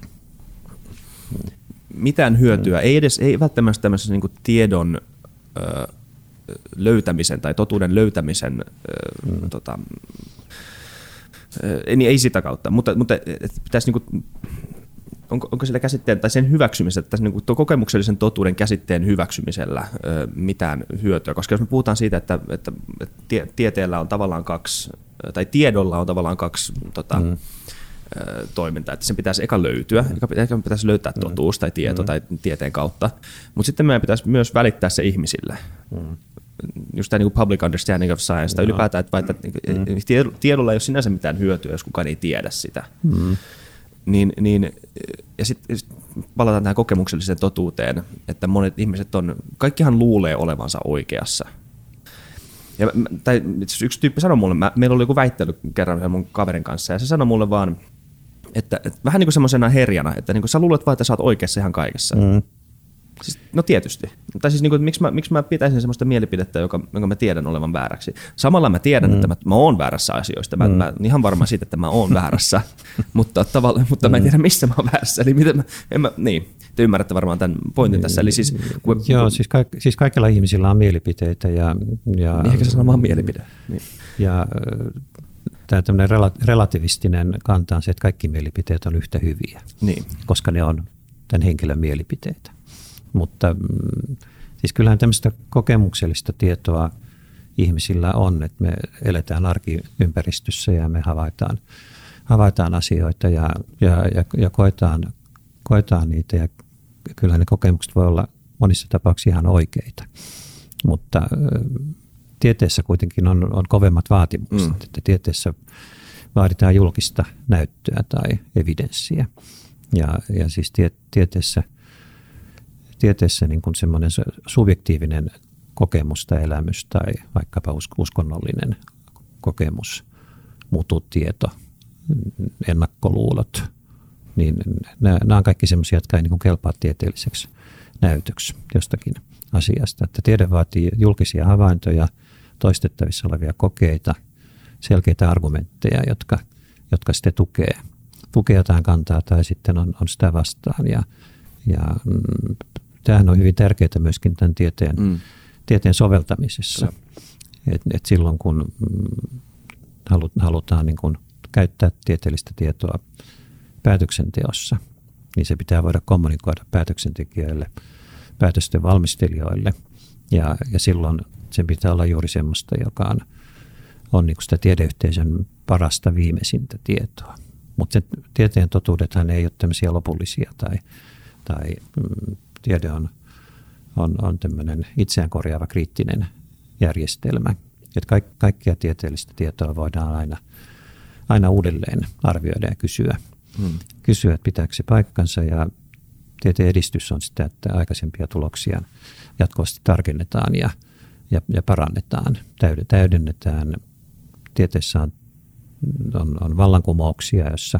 mitään hyötyä? Mm. Ei edes ei välttämättä tämmöisessä niin kuin tiedon äh, löytämisen tai totuuden löytämisen äh, mm. tota, Ei, ei sitä kautta, mutta, mutta pitäisi niinku, onko, onko sillä käsitteen tai sen hyväksymisellä, tässä niinku kokemuksellisen totuuden käsitteen hyväksymisellä ö, mitään hyötyä, koska jos me puhutaan siitä, että, että, että tie, tieteellä on tavallaan kaksi, tai tiedolla on tavallaan kaksi tota, mm. ö, toimintaa, että sen pitäisi eka löytyä, eka pitäisi löytää totuus tai tieto mm. tai tieteen kautta, mutta sitten meidän pitäisi myös välittää se ihmisille. Mm. Just tämä niin kuin public understanding of science, tai ylipäätään, että, että mm. tiedolla ei ole sinänsä mitään hyötyä, jos kukaan ei tiedä sitä. Mm. Niin, niin, ja sitten sit palataan tähän kokemukselliseen totuuteen, että monet ihmiset on, kaikkihan luulee olevansa oikeassa. Ja, tai yksi tyyppi sanoi mulle, mä, meillä oli joku väittely kerran mun kaverin kanssa, ja se sanoi mulle vaan, että, että vähän niin kuin semmoisena herjana, että niin kuin sä luulet vaan, että sä oot oikeassa ihan kaikessa. Mm. Siis, no tietysti. Tai siis niin kuin, että miksi, mä, miksi mä pitäisin semmoista mielipidettä, joka, jonka mä tiedän olevan vääräksi. Samalla mä tiedän, mm. että mä, mä oon väärässä asioista. Mä, mm. mä oon ihan varma siitä, että mä oon väärässä, mutta, tavalla, mutta mm. mä en tiedä, missä mä oon väärässä. Eli miten mä, en mä, niin, te ymmärrätte varmaan tämän pointin tässä. Eli siis, kun, Joo, siis, kaik, siis kaikilla ihmisillä on mielipiteitä. Ja, ja, niin eikä se sana vaan mielipide. Niin. Ja tämä tämmöinen relativistinen kanta on se, että kaikki mielipiteet on yhtä hyviä, niin. koska ne on tämän henkilön mielipiteitä. Mutta siis kyllähän tämmöistä kokemuksellista tietoa ihmisillä on, että me eletään arkiympäristössä ja me havaitaan, havaitaan asioita ja, ja, ja, ja koetaan, koetaan niitä ja kyllähän ne kokemukset voi olla monissa tapauksissa ihan oikeita, mutta tieteessä kuitenkin on, on kovemmat vaatimukset, mm. että tieteessä vaaditaan julkista näyttöä tai evidenssiä ja, ja siis tie, tieteessä Tieteessä niin kuin semmoinen subjektiivinen kokemus tai elämys tai vaikkapa uskonnollinen kokemus, mututieto, ennakkoluulot, niin nämä, nämä on kaikki semmoisia, jotka ei niin kuin kelpaa tieteelliseksi näytöksi jostakin asiasta. Että tiede vaatii julkisia havaintoja, toistettavissa olevia kokeita, selkeitä argumentteja, jotka, jotka sitten tukee, tukee jotain kantaa tai sitten on, on sitä vastaan ja, ja mm, tämähän on hyvin tärkeää myöskin tämän tieteen, mm. tieteen soveltamisessa. Et, et silloin kun halutaan niin kun käyttää tieteellistä tietoa päätöksenteossa, niin se pitää voida kommunikoida päätöksentekijöille, päätösten valmistelijoille. Ja, ja silloin sen pitää olla juuri semmoista, joka on, on niin kuin sitä tiedeyhteisön parasta viimeisintä tietoa. Mutta tieteen totuudethan ei ole tämmöisiä lopullisia tai, tai mm, tiede on, on, on tämmöinen itseään korjaava kriittinen järjestelmä. Että kaik, kaikkea tieteellistä tietoa voidaan aina, aina uudelleen arvioida ja kysyä. Hmm. Kysyä, että pitääkö se paikkansa ja tieteen edistys on sitä, että aikaisempia tuloksia jatkuvasti tarkennetaan ja, ja, ja parannetaan, täydennetään. Tieteessä on, on, on vallankumouksia, jossa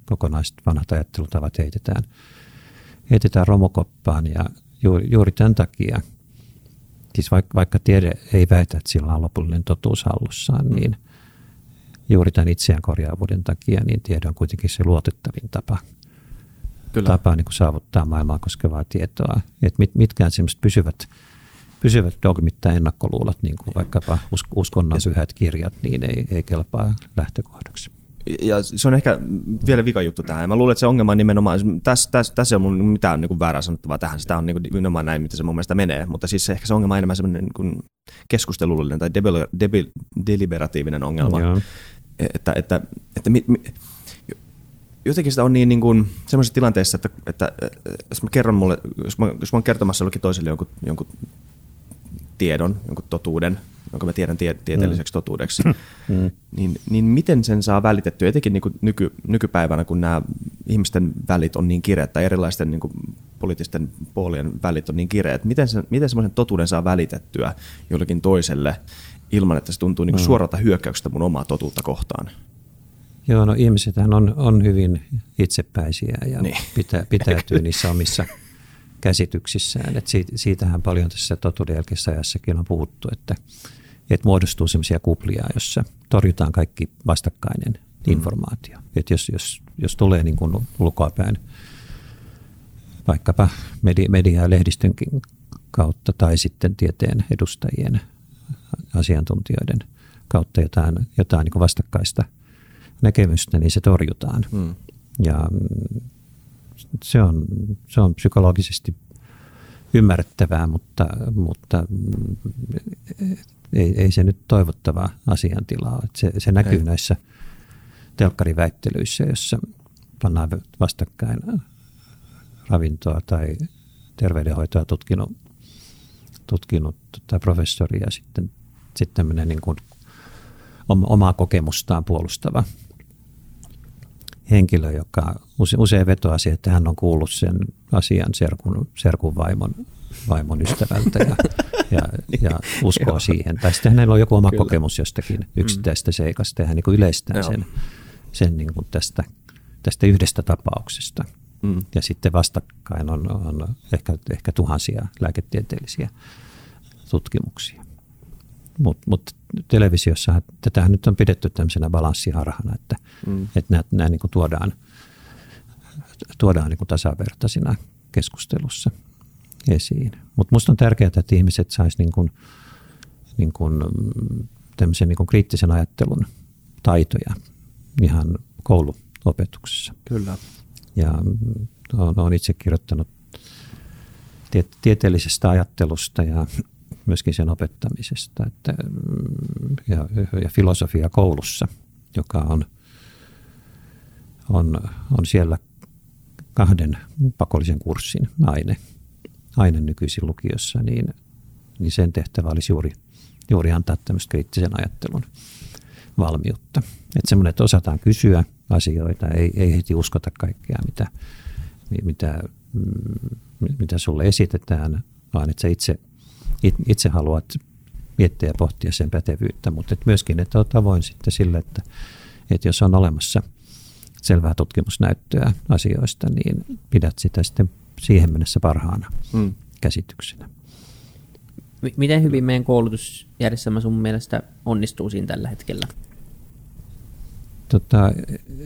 kokonaiset vanhat ajattelutavat heitetään, heitetään romukoppaan ja juuri, juuri tämän takia, siis vaikka, vaikka tiede ei väitä, että sillä on lopullinen totuus hallussaan, mm. niin juuri tämän itseään korjaavuuden takia, niin tiede on kuitenkin se luotettavin tapa, tapa niin kuin saavuttaa maailmaa koskevaa tietoa. Et mit, mitkään sellaiset pysyvät, pysyvät dogmit tai ennakkoluulot, niin kuin vaikkapa uskonnon pyhät kirjat, niin ei, ei kelpaa lähtökohdaksi. Ja se on ehkä vielä vika juttu tähän. Mä luulen, että se ongelma on nimenomaan, tässä, tässä, tässä ei ole mun mitään niin kuin väärää sanottavaa tähän, sitä on niin kuin nimenomaan näin, mitä se mun mielestä menee, mutta siis se, ehkä se ongelma on enemmän semmoinen niin kuin keskustelullinen tai debil, debil, deliberatiivinen ongelma. Joo. Että, että, että mi, mi, jotenkin sitä on niin, niin kuin semmoisessa tilanteessa, että, että jos mä kerron mulle, jos mä, jos mä oon kertomassa jollekin toiselle jonkun, jonkun tiedon, jonkun totuuden, jonka mä tiedän tie, tieteelliseksi mm. totuudeksi, mm. niin, niin miten sen saa välitettyä, etenkin niin kuin nyky, nykypäivänä, kun nämä ihmisten välit on niin kireät tai erilaisten niin kuin poliittisten puolien välit on niin kireät, miten, sen, miten semmoisen totuuden saa välitettyä jollekin toiselle ilman, että se tuntuu niin kuin mm. suoralta hyökkäyksestä mun omaa totuutta kohtaan? Joo, no ihmisethän on, on hyvin itsepäisiä ja niin. pitää, pitäytyy niissä omissa käsityksissään. Et siitä, siitähän paljon tässä totuuden jälkeisessä ajassakin on puhuttu, että, että muodostuu sellaisia kuplia, jossa torjutaan kaikki vastakkainen mm. informaatio. Et jos, jos, jos tulee niin kuin ulkoapäin vaikkapa media, media- ja lehdistönkin kautta tai sitten tieteen edustajien, asiantuntijoiden kautta jotain, jotain niin kuin vastakkaista näkemystä, niin se torjutaan. Mm. Ja se on, se on psykologisesti ymmärrettävää, mutta, mutta ei, ei se nyt toivottava asiantila. Se, se näkyy ei. näissä telkkariväittelyissä, jossa pannaan vastakkain ravintoa tai terveydenhoitoa tutkinut, tutkinut tai professori ja sitten, sitten tämmöinen niin kuin omaa kokemustaan puolustava henkilö, joka usein vetoaa siihen, että hän on kuullut sen asian serkun, serkun vaimon, vaimon ystävältä ja, ja, ja uskoo siihen. Tai sitten hänellä on joku oma Kyllä. kokemus jostakin yksittäistä seikasta ja hän niin kuin yleistää sen, sen niin kuin tästä, tästä yhdestä tapauksesta. Mm. Ja sitten vastakkain on, on ehkä, ehkä tuhansia lääketieteellisiä tutkimuksia. Mutta mut televisiossa tätähän nyt on pidetty tämmöisenä balanssiharhana, että, mm. että nämä, nämä niin kuin tuodaan, tuodaan niin kuin tasavertaisina keskustelussa esiin. Mutta musta on tärkeää, että ihmiset sais niin kuin, niin kuin tämmöisen niin kuin kriittisen ajattelun taitoja ihan kouluopetuksessa. Kyllä. Ja olen itse kirjoittanut tie, tieteellisestä ajattelusta ja myöskin sen opettamisesta että, ja, ja filosofia koulussa, joka on, on, on siellä kahden pakollisen kurssin aine, aine nykyisin lukiossa, niin, niin sen tehtävä olisi juuri, juuri antaa tämmöistä kriittisen ajattelun valmiutta. Että semmoinen, että osataan kysyä asioita, ei, ei heti uskota kaikkea, mitä, mitä, mitä sulle esitetään, vaan että sä itse Itse haluat miettiä ja pohtia sen pätevyyttä, mutta et myöskin, että olet avoin sitten sille, että, että jos on olemassa selvää tutkimusnäyttöä asioista, niin pidät sitä sitten siihen mennessä parhaana mm. käsityksenä. Miten hyvin meidän koulutusjärjestelmä sun mielestä onnistuu siinä tällä hetkellä? Tota, ö,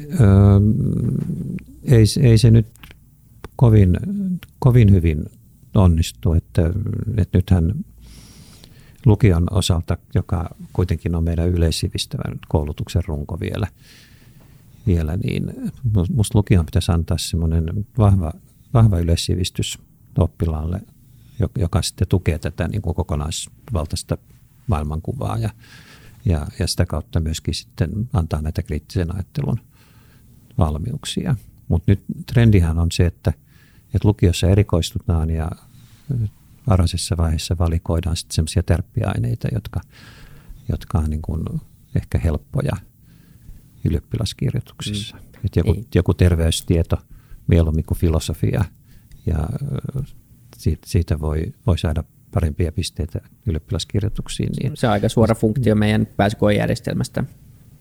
ei, ei se nyt kovin, kovin hyvin onnistuu, että, että nythän lukion osalta, joka kuitenkin on meidän yleissivistävän koulutuksen runko vielä, vielä niin musta lukion pitäisi antaa semmoinen vahva, vahva yleissivistys oppilaalle, joka sitten tukee tätä niin kuin kokonaisvaltaista maailmankuvaa ja, ja, ja sitä kautta myöskin sitten antaa näitä kriittisen ajattelun valmiuksia. Mutta nyt trendihän on se, että että lukiossa erikoistutaan ja varhaisessa vaiheessa valikoidaan sitten semmoisia tärppiaineita, jotka, jotka on niin kuin ehkä helppoja ylioppilaskirjoituksissa. Mm. Että joku, joku terveystieto mieluummin kuin filosofia ja siitä, siitä voi, voi saada parempia pisteitä ylioppilaskirjoituksiin. Niin. Se on aika suora funktio meidän pääsykoejärjestelmästä.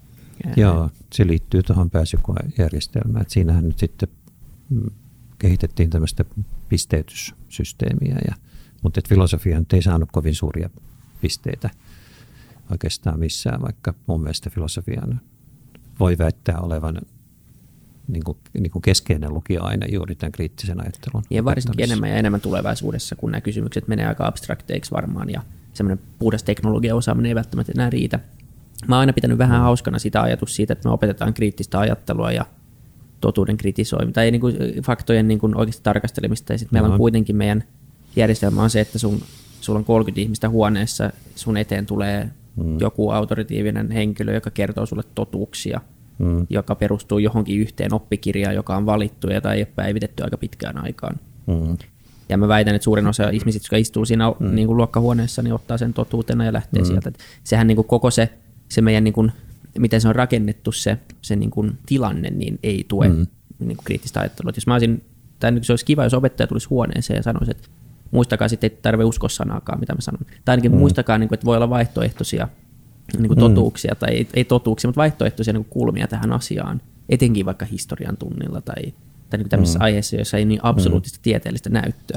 Joo, se liittyy tuohon pääsykoejärjestelmään. Että siinähän nyt sitten kehitettiin tämmöistä pisteytyssysteemiä, ja, mutta et filosofia nyt ei saanut kovin suuria pisteitä oikeastaan missään, vaikka mun mielestä filosofian voi väittää olevan niin kuin, niin kuin keskeinen lukio-aine juuri tämän kriittisen ajattelun. Ja varsinkin enemmän ja enemmän tulevaisuudessa, kun nämä kysymykset menee aika abstrakteiksi varmaan, ja semmoinen puhdas teknologiaosaaminen ei välttämättä enää riitä. Mä oon aina pitänyt vähän mm. hauskana sitä ajatus siitä, että me opetetaan kriittistä ajattelua ja totuuden kritisoimista, tai niin kuin faktojen niin kuin oikeasti tarkastelemista, ja sitten meillä on kuitenkin meidän järjestelmä on se, että sun, sulla on kolmekymmentä ihmistä huoneessa, sun eteen tulee mm. joku autoritiivinen henkilö, joka kertoo sulle totuuksia, mm. joka perustuu johonkin yhteen oppikirjaan, joka on valittu ja tai ei ole päivitetty aika pitkään aikaan. Mm. Ja mä väitän, että suurin osa ihmisistä, jotka istuu siinä mm. niin kuin luokkahuoneessa, niin ottaa sen totuutena ja lähtee mm. sieltä. Et sehän niin kuin koko se, se meidän, niin kuin, miten se on rakennettu se, se niin kuin tilanne, niin ei tue mm. niin kuin kriittistä ajattelua. Et jos mä olisin, tai se olisi kiva, jos opettaja tulisi huoneeseen ja sanoisi, että muistakaa sitten, että ei tarvitse uskoa sanaakaan, mitä mä sanon. Tai ainakin mm. muistakaa, niin kuin, että voi olla vaihtoehtoisia niin kuin totuuksia, mm. tai ei, ei totuuksia, mutta vaihtoehtoisia niin kuin kulmia tähän asiaan, etenkin vaikka historian tunnilla tai, tai niin kuin tämmöisessä mm. aiheessa, jossa ei niin absoluuttista mm. tieteellistä näyttöä.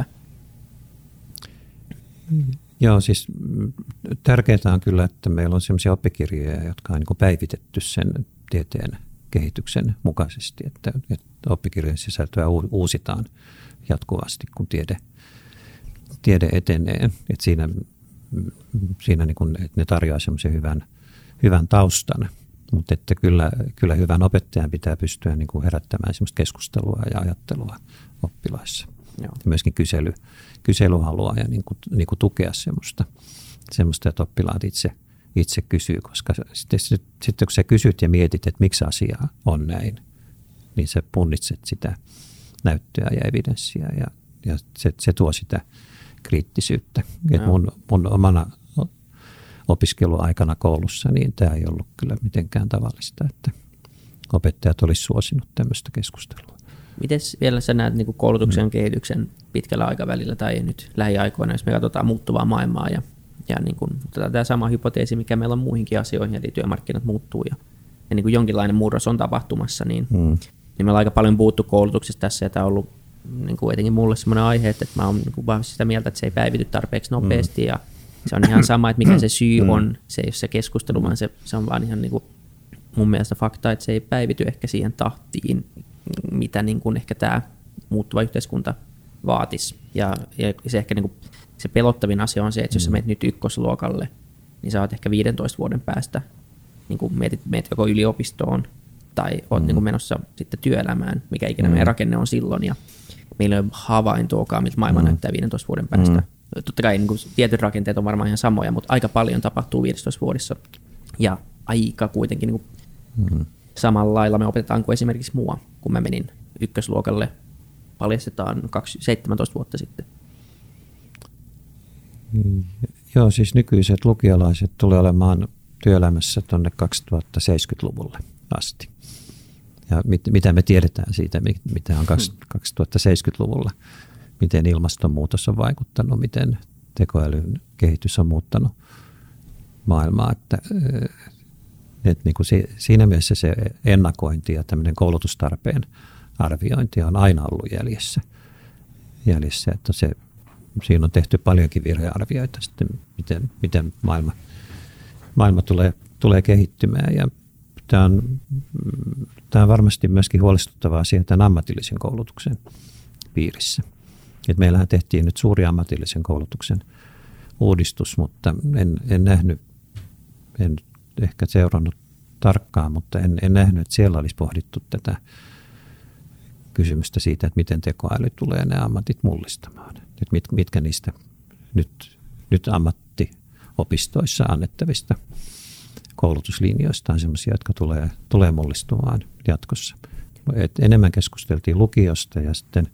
Joo, siis tärkeää on kyllä, että meillä on sellaisia oppikirjoja, jotka on niin kuin päivitetty sen tieteen kehityksen mukaisesti, että, että oppikirjojen sisältöä uusitaan jatkuvasti, kun tiede, tiede etenee. Että siinä siinä niin kuin, että ne tarjoaa semmoisen hyvän, hyvän taustan, mutta että kyllä, kyllä hyvän opettajan pitää pystyä niin kuin herättämään semmoista keskustelua ja ajattelua oppilaissa. Joo. Myöskin kysely, kyselyhalua ja niin kuin, niin kuin tukea semmoista, semmoista, että oppilaat itse, itse kysyy, koska sitten, sitten kun sä kysyt ja mietit, että miksi asia on näin, niin sä punnitset sitä näyttöä ja evidenssiä ja, ja se, se tuo sitä kriittisyyttä. Et mun, mun omana opiskeluaikana koulussa niin tämä ei ollut kyllä mitenkään tavallista, että opettajat olisi suosinut tämmöistä keskustelua. Miten vielä sä näet niin kuin koulutuksen mm. kehityksen pitkällä aikavälillä tai nyt lähiaikoina, jos me katsotaan muuttuvaa maailmaa ja, ja niin kuin, tämä sama hypoteesi, mikä meillä on muihinkin asioihin, eli työmarkkinat muuttuu ja, ja niin kuin jonkinlainen murros on tapahtumassa, niin, mm. niin meillä on aika paljon puhuttu koulutuksesta tässä ja tämä on ollut niin kuin etenkin mulle semmoinen aihe, että mä oon niin vahvasti sitä mieltä, että se ei päivity tarpeeksi nopeasti mm. ja se on ihan sama, että mikä se syy mm. on, se ei ole se keskustelu, vaan se, se on vaan ihan niin kuin mun mielestä fakta, että se ei päivity ehkä siihen tahtiin, mitä niin kuin ehkä tämä muuttuva yhteiskunta vaatisi. Ja, ja se ehkä niin kuin, se pelottavin asia on se, että jos sä menet nyt ykkösluokalle, niin sä oot ehkä viidentoista vuoden päästä, niin kuin meet, meet joko yliopistoon tai oot mm. niin kuin menossa sitten työelämään, mikä ikinä mm. meidän rakenne on silloin. Ja meillä ei ole havaintoakaan, miltä maailma mm. näyttää viidentoista vuoden päästä. Mm. Totta kai niin kuin tietyt rakenteet on varmaan ihan samoja, mutta aika paljon tapahtuu viidentoista vuodessa. Ja aika kuitenkin niin kuin mm. samalla lailla me opetetaan kuin esimerkiksi mua, kun mä menin ykkösluokalle, paljastetaan seitsemäntoista vuotta sitten. Joo, siis nykyiset lukiolaiset tulee olemaan työelämässä tuonne kaksituhattaseitsemänkymmentäluvulle asti. Ja mit, mitä me tiedetään siitä, mitä on kaksituhattaseitsemänkymmentäluvulla, miten ilmastonmuutos on vaikuttanut, miten tekoälyn kehitys on muuttanut maailmaa. Että, että niin kuin siinä mielessä se ennakointi ja tämmöinen koulutustarpeen arviointi on aina ollut jäljessä. jäljessä että se, siinä on tehty paljonkin virhearvioita sitten, miten, miten maailma, maailma tulee, tulee kehittymään. Ja tämä on, tämä on varmasti myöskin huolestuttava asia tämän ammatillisen koulutuksen piirissä. Et meillähän tehtiin nyt suuri ammatillisen koulutuksen uudistus, mutta en, en nähnyt, en ehkä seurannut tarkkaan, mutta en, en nähnyt, että siellä olisi pohdittu tätä kysymystä siitä, että miten tekoäly tulee nämä ammatit mullistamaan. Että mit, mitkä niistä nyt, nyt ammattiopistoissa annettavista koulutuslinjoista on sellaisia, jotka tulee, tulee mullistumaan jatkossa. Et enemmän keskusteltiin lukiosta ja sitten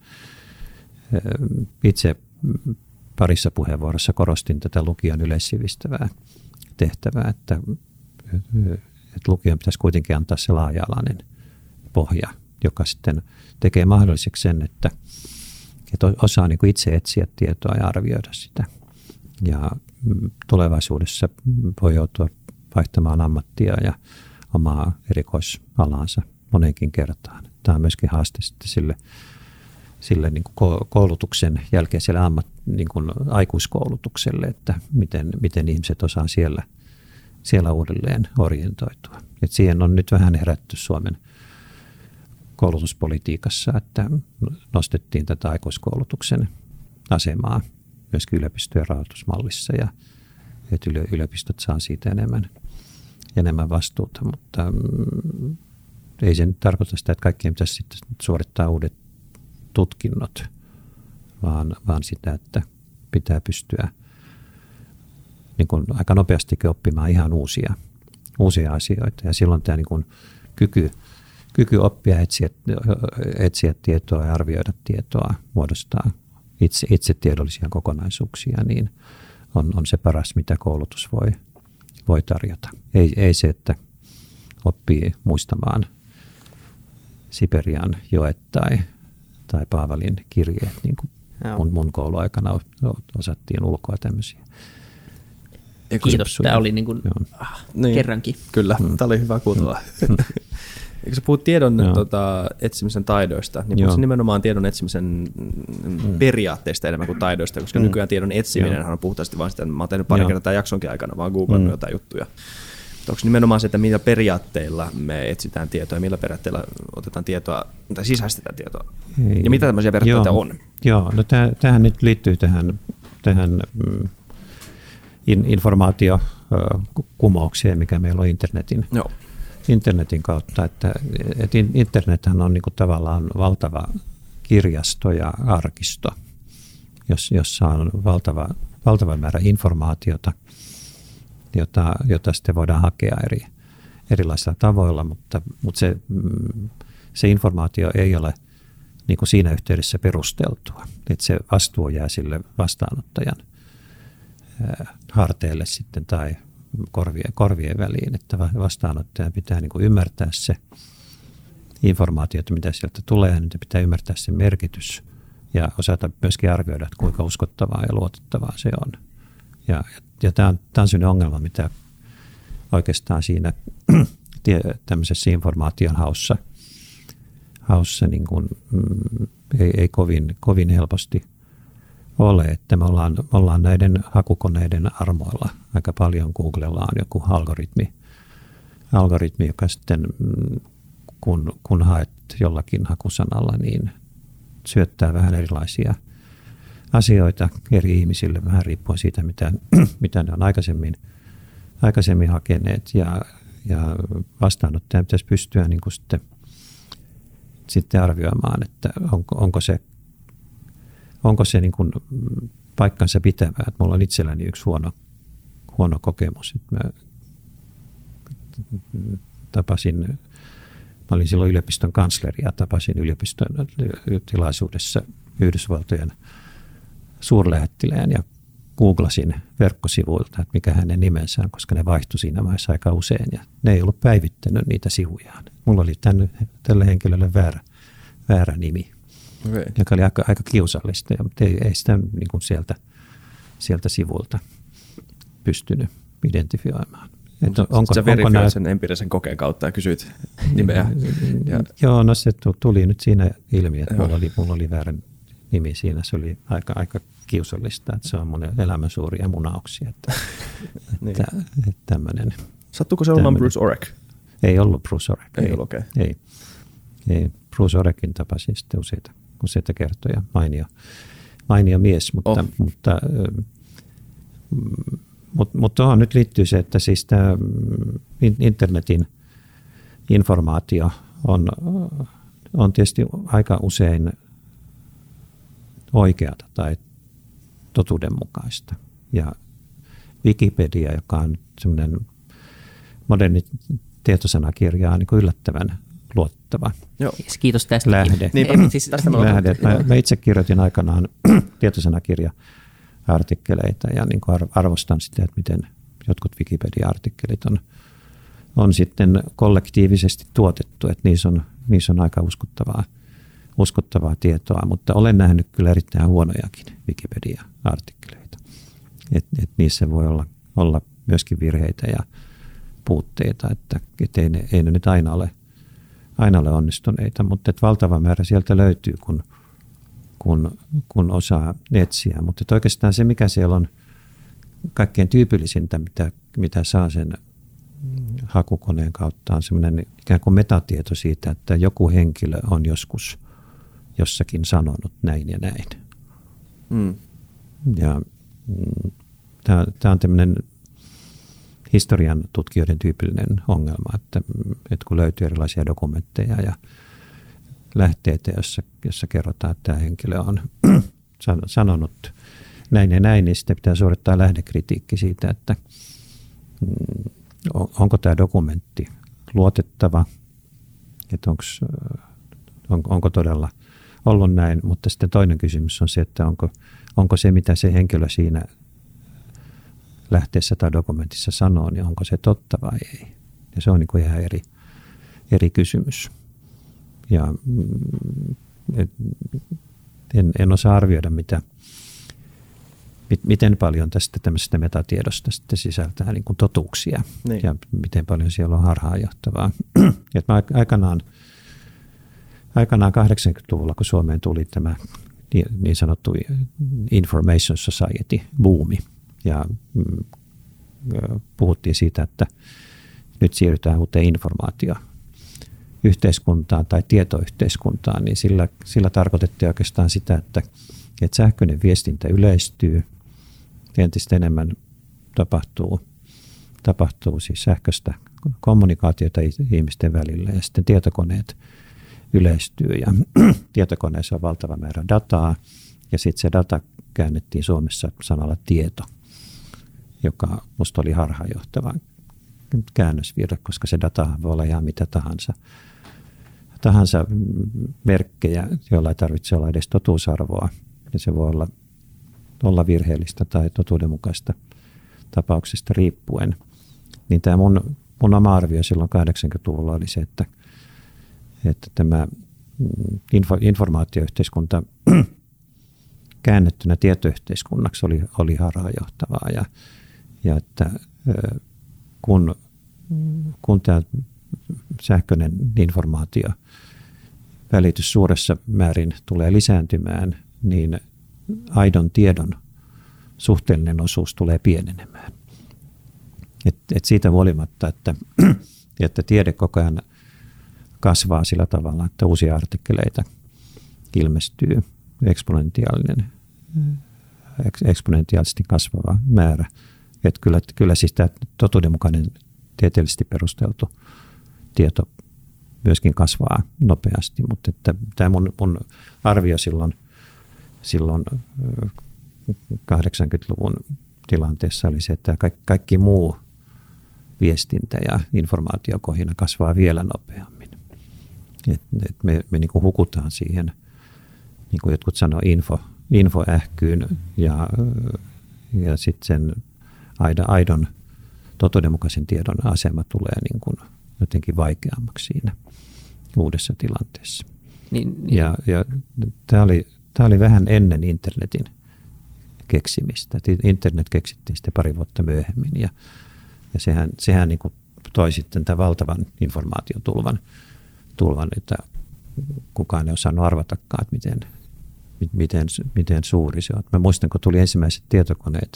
itse parissa puheenvuorossa korostin tätä lukion yleissivistävää tehtävää, että, että lukion pitäisi kuitenkin antaa se laaja-alainen pohja, joka sitten tekee mahdolliseksi sen, että, että osaa niin kuin itse etsiä tietoa ja arvioida sitä. Ja tulevaisuudessa voi joutua vaihtamaan ammattia ja omaa erikoisalaansa monenkin kertaan. Tämä on myöskin haaste sitten sille, sille niin kuin koulutuksen jälkeiselle ammat, niin kuin aikuiskoulutukselle, että miten, miten ihmiset osaa siellä, siellä uudelleen orientoitua. Et siihen on nyt vähän herätty Suomen koulutuspolitiikassa, että nostettiin tätä aikuiskoulutuksen asemaa myöskin yliopistojen rahoitusmallissa ja että yliopistot saa siitä enemmän, enemmän vastuuta, mutta mm, ei se nyt tarkoita sitä, että kaikkien pitäisi sitten suorittaa uudet tutkinnot, vaan, vaan sitä, että pitää pystyä niin kuin aika nopeastikin oppimaan ihan uusia, uusia asioita. Ja silloin tämä niin kuin kyky, kyky oppia, etsiä, etsiä tietoa ja arvioida tietoa, muodostaa itse, itse tiedollisia kokonaisuuksia, niin on, on se paras, mitä koulutus voi, voi tarjota. Ei, ei se, että oppii muistamaan Siperian joet tai, tai Paavalin kirjeet, niin kuin mun, mun kouluaikana osattiin ulkoa tämmöisiä. Kiitos, tämä oli niin kuin, ah, niin, kerrankin. Kyllä, mm. tämä oli hyvä kuultavaa. Mm. Eikö sä puhut tiedon tota, etsimisen taidoista, niin puhut nimenomaan tiedon etsimisen mm. periaatteista enemmän kuin taidoista, koska mm. nykyään tiedon etsiminen on puhtaasti vain sitä, että mä oon tehnyt pari kertaa tämän jaksonkin aikana, vaan googlannut mm. jotain juttuja. Onko nimenomaan se, että millä periaatteilla me etsitään tietoa ja millä periaatteilla otetaan tietoa, tai sisäistetään tietoa? Ei. Ja mitä tämmöisiä periaatteita Joo. on? Joo, no tämähän nyt liittyy tähän, tähän mm, in, informaatiokumoukseen, mikä meillä on internetin, Joo. internetin kautta. Että, että internethän on niin kuin tavallaan valtava kirjasto ja arkisto, jossa on valtava, valtava määrä informaatiota, Jota, jota sitten voidaan hakea eri, erilaisilla tavoilla, mutta, mutta se, se informaatio ei ole niin kuin siinä yhteydessä perusteltua. Että se vastuu jää sille vastaanottajan ää, harteille sitten tai korvien, korvien väliin, että vastaanottajan pitää niin kuin ymmärtää se informaatio, mitä sieltä tulee, niin pitää ymmärtää sen merkitys ja osata myöskin arvioida, että kuinka uskottavaa ja luotettavaa se on. Ja, ja tämä on, tämä on sellainen ongelma, mitä oikeastaan siinä tämmöisessä informaation haussa, haussa niin kuin, mm, ei, ei kovin, kovin helposti ole. Että me ollaan, me ollaan näiden hakukoneiden armoilla aika paljon. Googlella on joku algoritmi, algoritmi joka sitten mm, kun, kun haet jollakin hakusanalla, niin syöttää vähän erilaisia asioita eri ihmisille, vähän riippuen siitä, mitä, mitä ne on aikaisemmin, aikaisemmin hakeneet. Ja, ja vastaanottajan pitäisi pystyä niin kuin sitten, sitten arvioimaan, että onko, onko se, onko se niin kuin paikkansa pitävää. Että mulla on itselläni yksi huono, huono kokemus. Että mä tapasin, mä olin silloin yliopiston kansleri ja tapasin yliopiston tilaisuudessa Yhdysvaltojen suurlähettilään ja googlasin verkkosivuilta, että mikä hänen nimensä on, koska ne vaihtui siinä vaiheessa aika usein ja ne ei ollut päivittänyt niitä sivujaan. Mulla oli tänne, tälle henkilölle väärä, väärä nimi, okay. joka oli aika, aika kiusallista, mutta ei, ei sitä niin kuin sieltä, sieltä sivulta pystynyt identifioimaan. Että onko, sä verifioit nää... sen empiirisen kokeen kautta ja kysyit nimeä? ja... Joo, no se tuli nyt siinä ilmi, että mulla oli, mulla oli väärä nimi siinä. Se oli aika, aika kiusallista, että se on mun elämän suuria munauksia. Että, niin. että, että tämmönen, sattuuko se olemaan Bruce Oreck? Ei ollut Bruce Oreck. Ei, ei ollut, okei. Okay. Ei. ei. Bruce Oreckin tapasin sitten useita, useita kertoja. Mainio, mainio mies, mutta... Oh. mutta Mutta mut tuohon nyt liittyy se, että siis tämä internetin informaatio on, on tietysti aika usein oikeata tai totuudenmukaista. Ja Wikipedia, joka on semmoinen moderni tietosanakirja, on niin yllättävän luotettava. Joo. Kiitos tästä. Lähde. Niin, siis tästä lähde. Mä, mä itse kirjoitin aikanaan tietosanakirja artikkeleita ja niin kuin arvostan sitä, että miten jotkut Wikipedia-artikkelit on, on sitten kollektiivisesti tuotettu, että niissä on, niissä on aika uskottavaa, uskottavaa tietoa, mutta olen nähnyt kyllä erittäin huonojakin Wikipedia-artikkeleita. Et, et niissä voi olla, olla myöskin virheitä ja puutteita, että, että ei, ne, ei ne nyt aina ole, aina ole onnistuneita, mutta että valtava määrä sieltä löytyy, kun, kun, kun osaa etsiä. Mutta oikeastaan se, mikä siellä on kaikkein tyypillisintä, mitä, mitä saa sen hakukoneen kautta, on semmoinen ikään kuin metatieto siitä, että joku henkilö on joskus jossakin sanonut näin ja näin. Mm. Ja mm, tämä on tämmöinen historian tutkijoiden tyypillinen ongelma, että, että kun löytyy erilaisia dokumentteja ja lähteitä, jossa, jossa kerrotaan, että tämä henkilö on sanonut näin ja näin, niin sitten pitää suorittaa lähdekritiikki siitä, että mm, onko tämä dokumentti luotettava, että onks, on, onko todella ollut näin, mutta sitten toinen kysymys on se, että onko, onko se, mitä se henkilö siinä lähteessä tai dokumentissa sanoo, niin onko se totta vai ei. Ja se on niin kuin ihan eri, eri kysymys. Ja et, en, en osaa arvioida, mitä, mit, miten paljon tästä tämmöisestä metatiedosta sitten sisältää niin kuin totuuksia niin. Ja miten paljon siellä on harhaanjohtavaa. Et mä aikanaan, aikanaan kahdeksankymmentäluvulla, kun Suomeen tuli tämä niin sanottu Information Society-buumi, ja puhuttiin siitä, että nyt siirrytään uuteen informaatioyhteiskuntaan tai tietoyhteiskuntaan, niin sillä, sillä tarkoitettiin oikeastaan sitä, että, että sähköinen viestintä yleistyy, entistä enemmän tapahtuu, tapahtuu siis sähköistä kommunikaatiota ihmisten välillä ja sitten tietokoneet yleistyy ja tietokoneessa on valtava määrä dataa ja sitten se data käännettiin Suomessa sanalla tieto, joka musta oli harhaanjohtava käännösvirhe, koska se data voi olla ihan mitä tahansa, tahansa merkkejä, joilla ei tarvitse olla edes totuusarvoa. Ja se voi olla, olla virheellistä tai totuudenmukaista tapauksesta riippuen. Niin tämä mun, mun oma arvio silloin kahdeksankymmentäluvulla oli se, että, että tämä info, informaatioyhteiskunta käännettynä tietoyhteiskunnaksi oli, oli harhaanjohtavaa ja, ja että kun, kun tämä sähköinen informaatio välitys suuressa määrin tulee lisääntymään, niin aidon tiedon suhteellinen osuus tulee pienenemään. Et, et siitä huolimatta, että, että tiede koko ajan kasvaa sillä tavalla, että uusia artikkeleita ilmestyy, eksponentiaalinen, eksponentiaalisesti kasvava määrä. Että kyllä, kyllä siis tämä totuudenmukainen tieteellisesti perusteltu tieto myöskin kasvaa nopeasti, mutta että tämä mun, mun arvio silloin, silloin kahdeksankymmentäluvun tilanteessa oli se, että kaikki, kaikki muu viestintä ja informaatiokohina kasvaa vielä nopeammin. Et, et me me niinku hukutaan siihen, niin kuin jotkut sanoo, info, infoähkyyn ja, ja sitten sen aidon totuudenmukaisen tiedon asema tulee niin kuin jotenkin vaikeammaksi siinä uudessa tilanteessa. Niin, niin. Ja, ja tämä oli, tämä oli vähän ennen internetin keksimistä. Internet keksittiin sitten pari vuotta myöhemmin ja, ja sehän, sehän niin kuin toi sitten tämän valtavan informaatiotulvan, tulvan, että kukaan ei osannut arvatakaan, että miten, miten, miten suuri se on. Mä muistan, kun tuli ensimmäiset tietokoneet,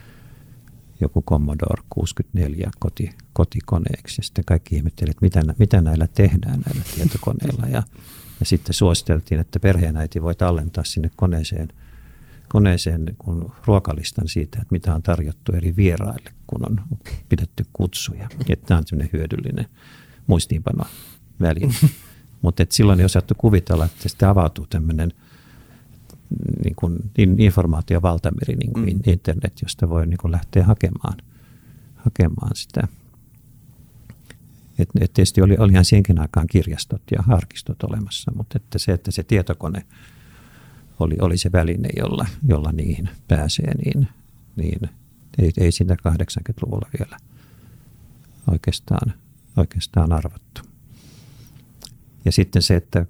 joku Commodore kuusikymmentäneljä koti, kotikoneeksi, ja sitten kaikki ihmetteli, että mitä, mitä näillä tehdään näillä tietokoneilla, ja, ja sitten suositeltiin, että perheenäiti voi tallentaa sinne koneeseen, koneeseen kun ruokalistan siitä, että mitä on tarjottu eri vieraille, kun on pidetty kutsuja. Että tämä on sellainen hyödyllinen muistiinpano väline. Mutta silloin ei osattu kuvitella, että sitten avautuu tämmöinen niin kuin informaatiovaltameri, niin kuin mm. internet, josta voi niin kuin lähteä hakemaan, hakemaan sitä. Et, et tietysti oli, olihan siihenkin aikaan kirjastot ja arkistot olemassa, mutta että se, että se tietokone oli, oli se väline, jolla, jolla niihin pääsee, niin, niin ei, ei sitä kahdeksankymmentäluvulla vielä oikeastaan, oikeastaan arvattu. Ja sitten se, että,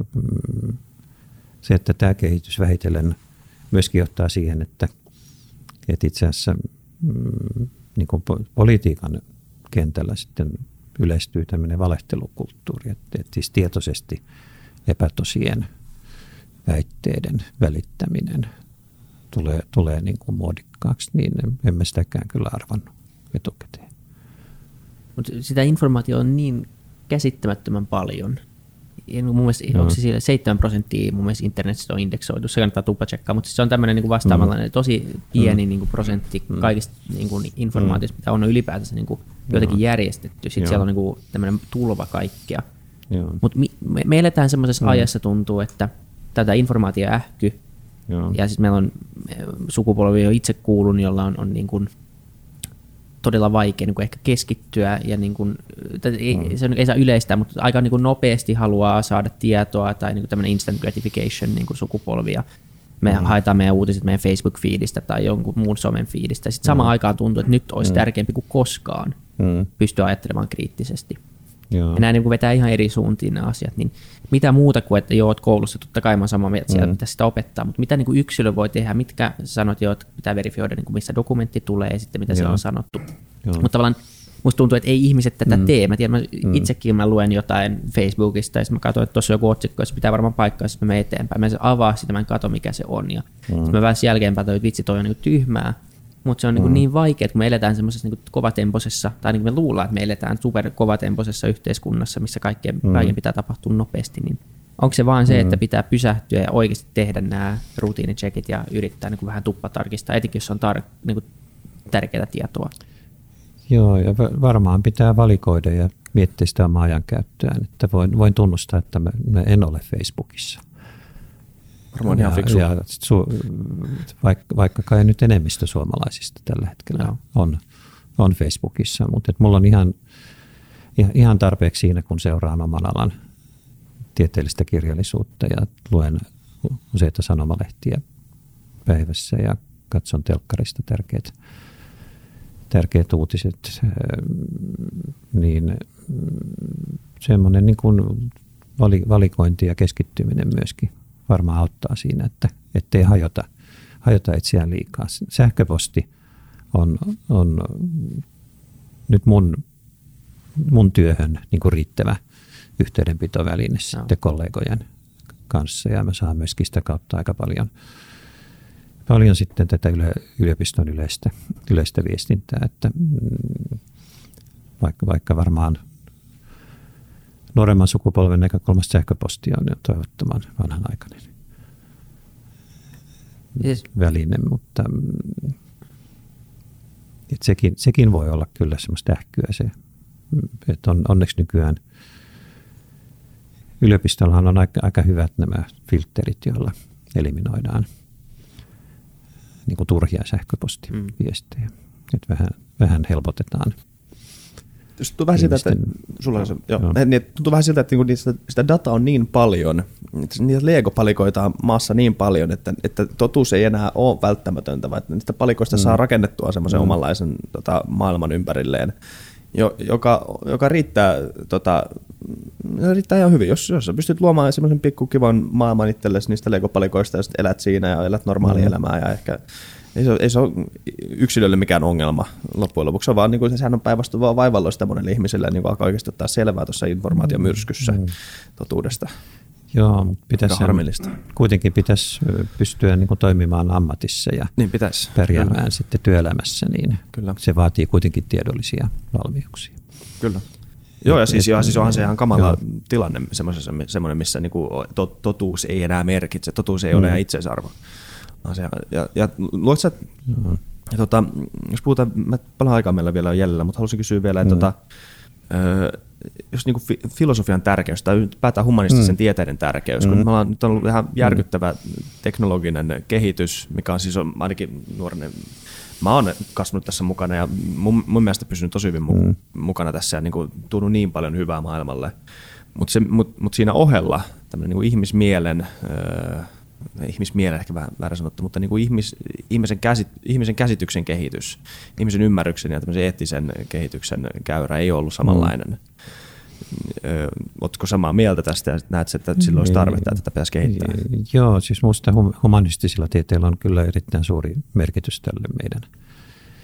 se, että tämä kehitys vähitellen myöskin johtaa siihen, että, että itse asiassa niin kuin politiikan kentällä sitten yleistyy tämmöinen valehtelukulttuuri, että, että siis tietoisesti epätosien väitteiden välittäminen tulee, tulee niin kuin muodikkaaksi, niin emme sitäkään kyllä arvannut etukäteen. Mutta sitä informaatiota on niin käsittämättömän paljon. Mun mielestä, no. onko se siellä seitsemän prosenttia mun mielestä internetissä on indeksoitu, se kannattaa tupla-tsekkaa, mutta se on tämmöinen niin kuin vastaavanlainen mm. tosi pieni mm. niin kuin prosentti mm. kaikista niin kuin informaatiosta, mitä on ylipäätänsä niin kuin jotenkin mm. järjestetty. Sitten Joo. siellä on niin kuin tämmöinen tulva kaikkea. Mutta me, me eletään semmoisessa mm. ajassa tuntuu, että tätä informaatioähky, Joo. ja siis meillä on sukupolvi jo itse kuulun, jolla on, on niin kuin todella vaikea niin kuin ehkä keskittyä ja niin kuin, ei, mm. se ei saa yleistää, mutta aika niin kuin nopeasti haluaa saada tietoa tai niin kuin tämmöinen instant gratification niin kuin sukupolvia. Me mm. haetaan meidän uutiset meidän Facebook-feedistä tai jonkun muun somen feedistä. Sitten samaan mm. aikaan tuntuu, että nyt olisi mm. tärkeämpi kuin koskaan mm. pystyä ajattelemaan kriittisesti. Joo. Ja nämä niin kuin vetää ihan eri suuntiin nämä asiat. Niin mitä muuta kuin, että joo, oot koulussa, totta kai mä oon samaa mieltä, että mm. pitäisi sitä opettaa, mutta mitä niin kuin yksilö voi tehdä, mitkä sanot jo, että pitää verifioida, niin kuin missä dokumentti tulee ja sitten mitä joo. siellä on sanottu. Joo. Mutta tavallaan musta tuntuu, että ei ihmiset tätä mm. tee. Mä tiedän, mä mm. itsekin mä luen jotain Facebookista ja sitten mä katsoin, että tuossa on joku otsikko, ja se pitää varmaan paikkaa, ja sitten mä menen eteenpäin. Mä en avaa sitä, mä en katso mikä se on. Ja mm. sitten mä vähän jälkeenpäin toin, että vitsi, toi on niin tyhmää. Mutta se on mm. niin, niin vaikea, että kun me eletään semmoisessa niin kovatempoisessa, tai niin me luullaan, että me eletään super kovatempoisessa yhteiskunnassa, missä kaikkeen, mm. kaiken pitää tapahtua nopeasti, niin onko se vaan se, mm. että pitää pysähtyä ja oikeasti tehdä nämä rutiinicheckit ja yrittää niin kuin vähän tuppatarkistaa, etenkin jos on tar- niin kuin tärkeää tietoa? Joo, ja varmaan pitää valikoida ja miettiä sitä omaa ajankäyttöään, että voin, voin tunnustaa, että mä, mä en ole Facebookissa. Varmaan ihan fiksu. Ja, ja su, vaikka, vaikka kai nyt enemmistö suomalaisista tällä hetkellä on, on Facebookissa, mutta mulla on ihan, ihan tarpeeksi siinä, kun seuraan oman alan tieteellistä kirjallisuutta ja luen useita sanomalehtiä päivässä ja katson telkkarista tärkeät, tärkeät uutiset, niin semmoinen niin kuin valikointi ja keskittyminen myöskin varmaan auttaa siinä, että ettei hajota, hajota itseään liikaa. Sähköposti on, on nyt mun, mun työhön niin kuin riittävä yhteydenpitoväline sitten kollegojen kanssa, ja mä saan myöskin sitä kautta aika paljon, paljon sitten tätä yle, yliopiston yleistä, yleistä viestintää, että vaikka, vaikka varmaan nuoremman sukupolven näkökulmasta sähköposti on toivottoman vanhanaikainen yes. väline, mutta et sekin, sekin voi olla kyllä semmoista ähkyä se, että on, onneksi nykyään yliopistollahan on aika, aika hyvät nämä filterit, joilla eliminoidaan niin kuin turhia sähköpostiviestejä, mm. että vähän, vähän helpotetaan. Tuntuu vähän siltä, että, sulla se, joo, niin, tuntuu vähän siltä, että niinku niistä, sitä dataa on niin paljon, että niitä Lego-palikoita on maassa niin paljon, että, että totuus ei enää ole välttämätöntä, vaan niistä palikoista mm. saa rakennettua semmoisen mm. omanlaisen tota, maailman ympärilleen, jo, joka, joka riittää, tota, riittää ihan hyvin. Jos, jos sä pystyt luomaan semmoisen pikkukivan maailman itsellesi niistä Lego-palikoista ja sitten elät siinä ja elät normaalia mm. elämää ja ehkä Ei se, ei se ole yksilölle mikään ongelma loppujen lopuksi, se on vaan, niin kuin, sehän on päinvastoin vaivalloista monelle ihmiselle, niin kuin alkaa oikeasti ottaa selvää tuossa informaatiomyrskyssä mm. totuudesta. Joo, mutta pitäisi, kuitenkin pitäisi pystyä niin kuin toimimaan ammatissa ja niin pitäisi. pärjäämään Kyllä. sitten työelämässä, niin Kyllä. se vaatii kuitenkin tiedollisia valmiuksia. Kyllä. Joo, ja siis, ja siis onhan se ihan kamala joo. tilanne, semmoinen, missä niin kuin totuus ei enää merkitse, totuus ei mm. ole enää itseisarvo. Asia. Ja, ja luotko sä, mm. ja tota, jos puhutaan, mä paljon aikaa meillä vielä on jäljellä, mutta haluaisin kysyä vielä, että mm. tota, jos niinku fi, filosofian tärkeys tai ylipäätään humanistisen mm. tieteiden tärkeys, mm. kun me ollaan nyt on ollut ihan järkyttävä mm. teknologinen kehitys, mikä on siis on ainakin nuorinen, mä oon kasvanut tässä mukana ja mun, mun mielestä pysynyt tosi hyvin mm. mukana tässä ja niinku tuonut niin paljon hyvää maailmalle, mutta mut, mut siinä ohella tämmöinen niinku ihmismielen, öö, ihmismielen ehkä vähän väärä sanottu, mutta niin kuin ihmis, ihmisen, käsit, ihmisen käsityksen kehitys, ihmisen ymmärryksen ja tämmöisen eettisen kehityksen käyrä ei ollut samanlainen. Mm. Oletko samaa mieltä tästä ja näet, että sillä olisi tarvetta, että tätä pitäisi kehittää? Joo, siis minusta humanistisilla tieteillä on kyllä erittäin suuri merkitys tälle meidän,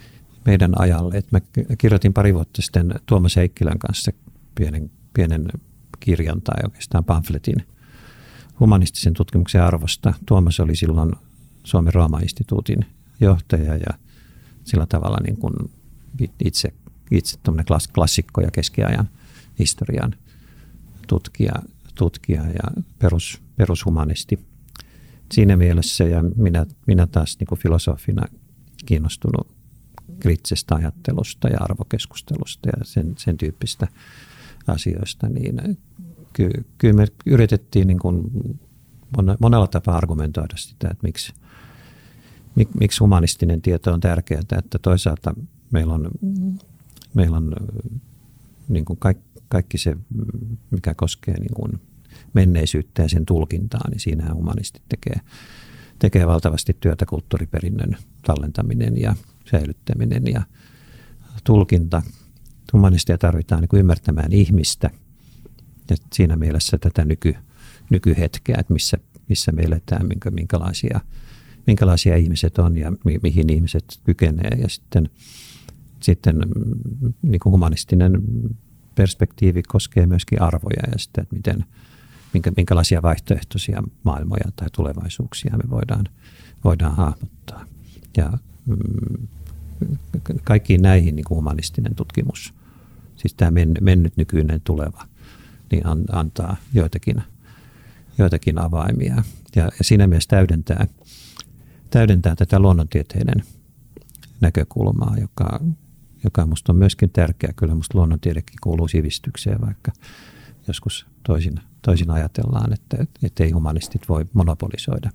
meidän ajalle. Et mä kirjoitin pari vuotta sitten Tuomas Heikkilän kanssa pienen, pienen kirjan tai oikeastaan pamfletin humanistisen tutkimuksen arvosta. Tuomas oli silloin Suomen Rooma-instituutin johtaja ja sillä tavalla niin kuin itse, itse klassikko ja keskiajan historian tutkija, tutkija ja perus, perushumanisti. Siinä mielessä ja minä, minä taas niin kuin filosofina kiinnostunut kriittisestä ajattelusta ja arvokeskustelusta ja sen, sen tyyppistä asioista, niin ky, kyllä me yritettiin niin kuin monella tapaa argumentoida sitä, että miksi, mik, miksi humanistinen tieto on tärkeää, että toisaalta meillä on, meillä on niin kuin kaikki, kaikki se, mikä koskee niin kuin menneisyyttä ja sen tulkintaa, niin siinähän humanistit tekee, tekee valtavasti työtä, kulttuuriperinnön tallentaminen ja säilyttäminen ja tulkinta. Humanistia tarvitaan niin kuin ymmärtämään ihmistä ja siinä mielessä tätä nyky, nykyhetkeä, että missä, missä me eletään, minkä, minkälaisia, minkälaisia ihmiset on ja mi, mihin ihmiset kykenee. Ja sitten, sitten niin kuin humanistinen perspektiivi koskee myöskin arvoja ja sitä, että miten, minkä, minkälaisia vaihtoehtoisia maailmoja tai tulevaisuuksia me voidaan, voidaan hahmottaa. Ja mm, kaikkiin näihin niin kuin humanistinen tutkimus, siis tämä mennyt, nykyinen, tuleva, niin antaa joitakin, joitakin avaimia. Ja, ja siinä mielessä täydentää, täydentää tätä luonnontieteiden näkökulmaa, joka, joka minusta on myöskin tärkeä. Kyllä minusta luonnontiedekin kuuluu sivistykseen, vaikka joskus toisin, toisin ajatellaan, että, että ei humanistit voi monopolisoida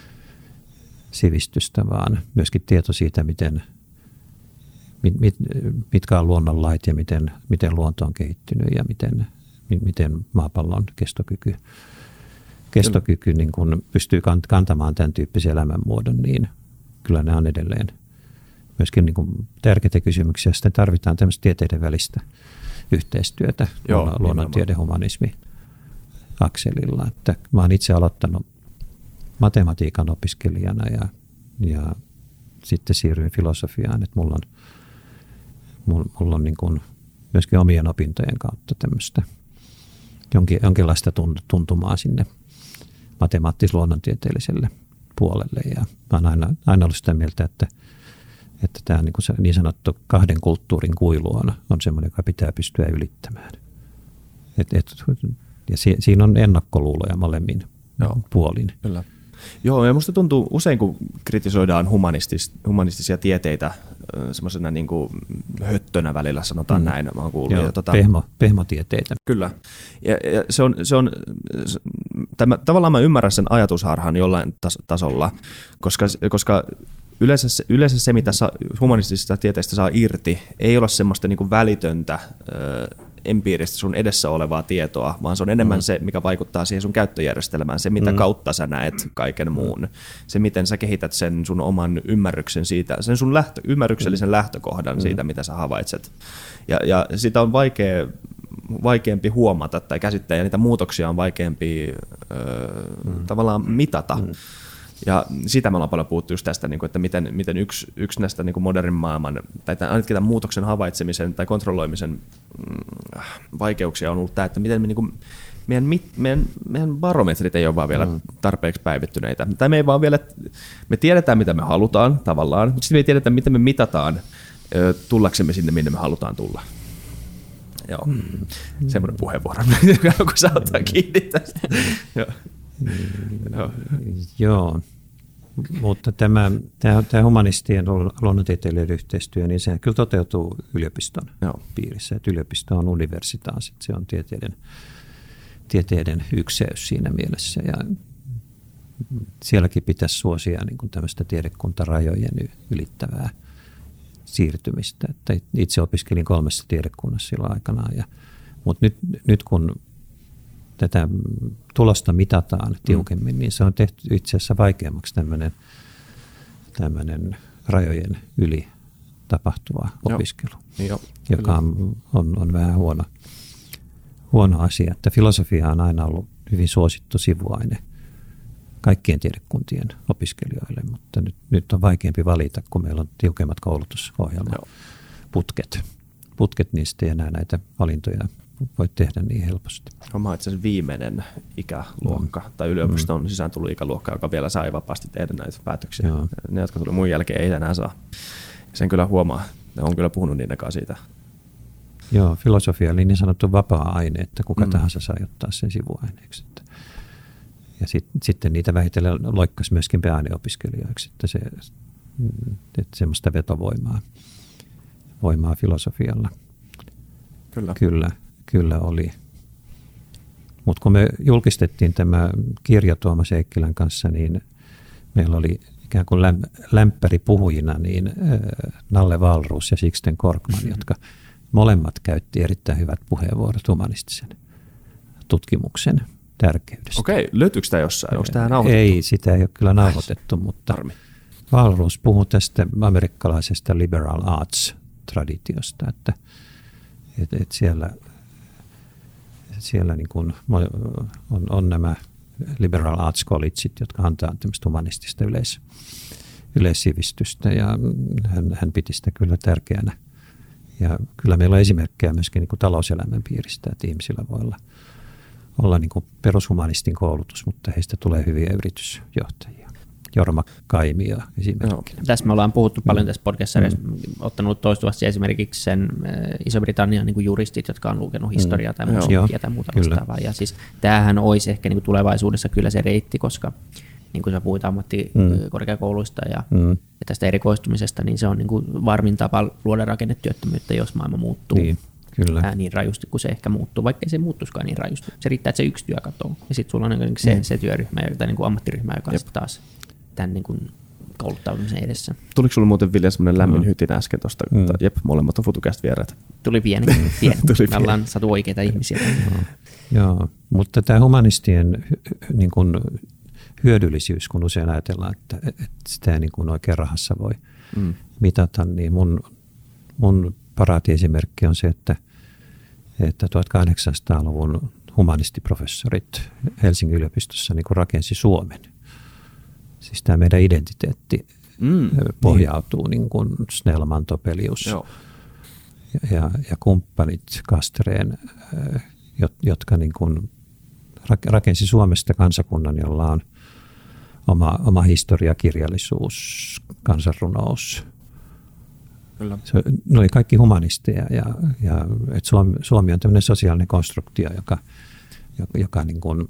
sivistystä, vaan myöskin tieto siitä, miten, mit, mit, mitkä on luonnonlait ja miten, miten luonto on kehittynyt ja miten, miten maapallon kestokyky, kestokyky niin kun pystyy kantamaan tämän tyyppisen elämänmuodon, niin kyllä ne on edelleen myöskin niin kun tärkeitä kysymyksiä. Sitten tarvitaan tämmöistä tieteiden välistä yhteistyötä Joo, luonnontiede humanismi akselilla. Että mä oon itse aloittanut matematiikan opiskelijana ja, ja sitten siirryin filosofiaan, että mulla on, mulla on niin kuin myöskin omien opintojen kautta tämmöistä jonkin, jonkinlaista tuntumaa sinne matemaattis-luonnontieteelliselle puolelle. Ja mä oon aina, aina ollut sitä mieltä, että, että tämä niin, kuin se niin sanottu kahden kulttuurin kuilu on, on semmoinen, joka pitää pystyä ylittämään. Et, et, ja si, siinä on ennakkoluuloja molemmin Joo. puolin. Kyllä. Joo, ja musta tuntuu usein, kun kritisoidaan humanistis, humanistisia tieteitä semmoisena niin kuin höttönä välillä, sanotaan mm. näin, mä oon kuullut. Joo, ja, tota, pehmo, pehmotieteitä. Kyllä. Ja, ja se on, se on tämä, tavallaan mä ymmärrän sen ajatusharhan jollain tas, tasolla, koska, koska yleensä, se, yleensä se, mitä saa, humanistisista tieteistä saa irti, ei ole semmoista niin kuin välitöntä ö, empiiristä sun edessä olevaa tietoa, vaan se on enemmän mm. se, mikä vaikuttaa siihen sun käyttöjärjestelmään, se mitä mm. kautta sä näet kaiken muun, se miten sä kehität sen sun oman ymmärryksen siitä, sen sun lähtö, ymmärryksellisen mm. lähtökohdan mm. siitä, mitä sä havaitset. Ja, ja sitä on vaikea, vaikeampi huomata tai käsittää, ja niitä muutoksia on vaikeampi öö, mm. tavallaan mitata. Mm. Ja sitä me ollaan paljon puhuttu just tästä, että miten, miten yksi, yksi näistä modernin maailman, tai ainakin tämän muutoksen havaitsemisen tai kontrolloimisen vaikeuksia on ollut tämä, että miten me, niin kuin, meidän, meidän, meidän barometrit ei ole vaan vielä mm. tarpeeksi päivittyneitä. Tai me ei vaan vielä, me tiedetään mitä me halutaan tavallaan, mutta sitten me ei tiedetä miten me mitataan tullaksemme sinne, minne me halutaan tulla. Joo, mm. semmoinen puheenvuoro, kun sä ottaa kiinni tästä. Joo. Joo. Joo, mutta tämä, tämä, tämä humanistien luonnontieteilijöiden yhteistyö, niin se kyllä toteutuu yliopiston Joo. piirissä. Että yliopisto on universitaas, se on tieteiden, tieteiden ykseys siinä mielessä. Ja sielläkin pitäisi suosia niin kuin tämmöistä tiedekuntarajojen ylittävää siirtymistä. Että itse opiskelin kolmessa tiedekunnassa silloin aikanaan, ja, mutta nyt, nyt kun tätä tulosta mitataan tiukemmin, mm. niin se on tehty itse asiassa vaikeammaksi tämmöinen, tämmöinen rajojen yli tapahtuva Joo. opiskelu, Joo, joka on, on, on vähän huono, huono asia. Että filosofia on aina ollut hyvin suosittu sivuaine kaikkien tiedekuntien opiskelijoille, mutta nyt, nyt on vaikeampi valita, kun meillä on tiukemmat koulutusohjelmaputket. Putket, niistä ei enää näitä valintoja voi tehdä niin helposti. Mä itse asiassa viimeinen ikäluokka, mm. tai yliopiston mm. sisään tullut ikäluokka, joka vielä sai vapaasti tehdä näitä päätöksiä. Joo. Ne, jotka tuli mun jälkeen, ei enää saa. Sen kyllä huomaa. Ne on kyllä puhunut niiden kanssa siitä. Joo, filosofia oli niin sanottu vapaa-aine, että kuka mm. tahansa sai ottaa sen sivuaineeksi. Ja sit, sitten niitä vähitellen loikkasi myöskin pääaineopiskelijoiksi, että, se, että semmoista vetovoimaa voimaa filosofialla. Kyllä. Kyllä, kyllä oli. Mutta kun me julkistettiin tämä kirja Tuomas Heikkilän kanssa, niin meillä oli ikään kuin lämpäripuhujina niin äh, Nalle Wahlroos ja Sixten Korkman, jotka molemmat käytti erittäin hyvät puheenvuorot humanistisen tutkimuksen tärkeydestä. Okei, löytyykö tämä jossain? Onko tämä nauhoitettu? Ei, sitä ei ole kyllä nauhoitettu, mutta Tarmi. Wahlroos puhui tästä amerikkalaisesta liberal arts-traditiosta, että et, et siellä, siellä niin kuin on, on nämä liberal arts collegeit, jotka antaa tämmöistä humanistista yleis, yleissivistystä, ja hän, hän piti sitä kyllä tärkeänä. Ja kyllä meillä on esimerkkejä myöskin niin kuin talouselämän piiristä, että ihmisillä voi olla, olla niin kuin perushumanistin koulutus, mutta heistä tulee hyviä yritysjohtajia. Jorma Kaimia esimerkkinä. No, tässä me ollaan puhuttu paljon tässä podcastissa, mm. ottanut toistuvasti esimerkiksi sen äh, Iso-Britannian niin kuin juristit, jotka on lukenut historiaa tai musiikkia tai muuta vastaavaa. Ja siis tämähän olisi ehkä niin kuin tulevaisuudessa kyllä se reitti, koska niin kuin sä puhuit ammattikorkeakouluista ja, mm. ja tästä erikoistumisesta, niin se on niin kuin varmin tapa luoda rakennetyöttömyyttä, jos maailma muuttuu niin, kyllä. Äh, niin rajusti kuin se ehkä muuttuu, vaikka ei se muuttuskaan niin rajusti. Se riittää, että se yksi työ katoo. Ja sitten sulla on niin se, mm. se työryhmä tai niin kuin ammattiryhmä, joka sitten taas tämän niin kuin kouluttautumisen edessä. Tuliko sinulle muuten, Vilja, semmoinen lämmin mm. hytin äsken tuosta? Mm. Jep, molemmat on FutuCast vieraat. Tuli pieni. pieni. Tuli Me ollaan saatu oikeita ihmisiä. Joo. Joo, mutta tämä humanistien niin kuin hyödyllisyys, kun usein ajatellaan, että, että sitä ei niin kuin oikein rahassa voi mm. mitata, niin mun, mun paraatiesimerkki on se, että, että tuhatkahdeksansataaluvun humanistiprofessorit Helsingin yliopistossa niin kuin rakensi Suomen. Siis tämä meidän identiteetti mm, pohjautuu niin. Niin kuin Snellman, Topelius ja, ja, ja kumppanit Kastreen, jotka niin kuin rakensi Suomesta kansakunnan, jolla on oma, oma historia, kirjallisuus, kansanrunous. Kyllä. Se, ne oli kaikki humanisteja ja, ja et Suomi, Suomi on tämmöinen sosiaalinen konstruktio, joka, joka, joka niin kuin,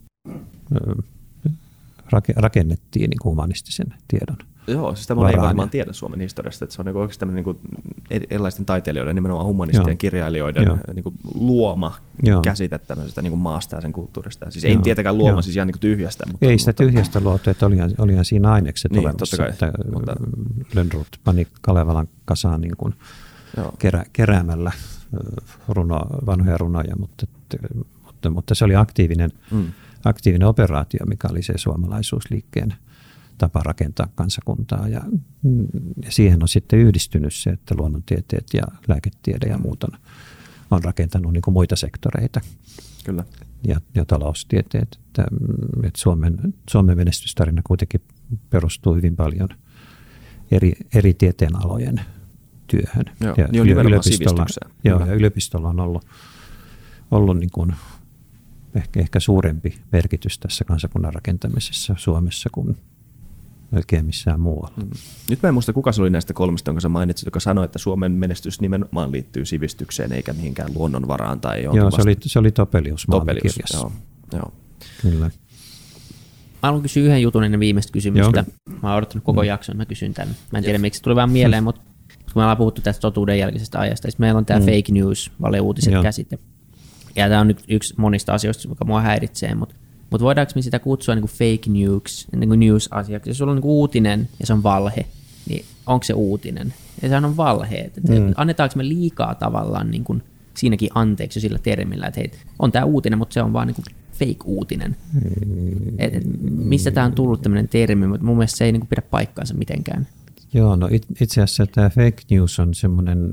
rakennettiin niin kuin humanistisen tiedon. Joo, siis tämä ei varmaan tiedä Suomen historiasta, että se on niin oikeasti tämmöinen niin erilaisten taiteilijoiden, nimenomaan humanistien, Joo. kirjailijoiden niin kuin luoma Joo. käsite tämmöisestä niin kuin maasta ja sen kulttuurista. Siis Joo. ei tietenkään luoma Joo. siis ihan niin kuin tyhjästä. Mutta, ei sitä mutta, tyhjästä luotu, että olihan, olihan siinä ainekset niin, olemassa. Että mutta, Lönnroth pani Kalevalan kasaan niin kuin kerä, keräämällä runo, vanhoja runoja, mutta, mutta, mutta se oli aktiivinen mm. aktiivinen operaatio, mikä oli se suomalaisuusliikkeen tapa rakentaa kansakuntaa. Ja, ja siihen on sitten yhdistynyt se, että luonnontieteet ja lääketiede ja muut on, on rakentanut niin kuin muita sektoreita. Kyllä. Ja, ja taloustieteet. Että, että Suomen, Suomen menestystarina kuitenkin perustuu hyvin paljon eri, eri tieteenalojen työhön. Joo, ja niin yliopistolla, joo, ja yliopistolla on ollut, ollut niin kuin Ehkä, ehkä suurempi merkitys tässä kansakunnan rakentamisessa Suomessa kuin melkein missään muualla. Mm. Nyt mä en muista, kuka se oli näistä kolmesta, jonka sä mainitsit, joka sanoi, että Suomen menestys nimenomaan liittyy sivistykseen eikä mihinkään luonnonvaraan. Tai joo, se oli, se oli Topelius Maailmankirjassa. Joo, joo. Kyllä. Mä haluan kysyä yhden jutun ennen viimeistä kysymystä. Joo. Mä oon odottanut koko jakson, mä kysyn tämän. Mä en tiedä, miksi se tuli vaan mieleen, mutta kun me ollaan puhuttu tästä totuuden jälkeisestä ajasta, niin meillä on tämä mm. fake news, valeuutiset joo. käsite. Ja tämä on yksi monista asioista, joka mua häiritsee, mutta, mutta voidaanko me sitä kutsua niin kuin fake news, niin kuin news-asiaksi? Jos sulla on niin kuin uutinen ja se on valhe, niin onko se uutinen? Ja sehän on valhe. Että mm. annetaanko me liikaa tavallaan niin kuin siinäkin anteeksi sillä termillä, että hei, on tämä uutinen, mutta se on vaan niin kuin fake-uutinen. Mm. Et, et, mistä tämä on tullut tämmöinen termi, mutta mun mielestä se ei niin kuin pidä paikkaansa mitenkään. Joo, no itse asiassa tämä fake news on semmoinen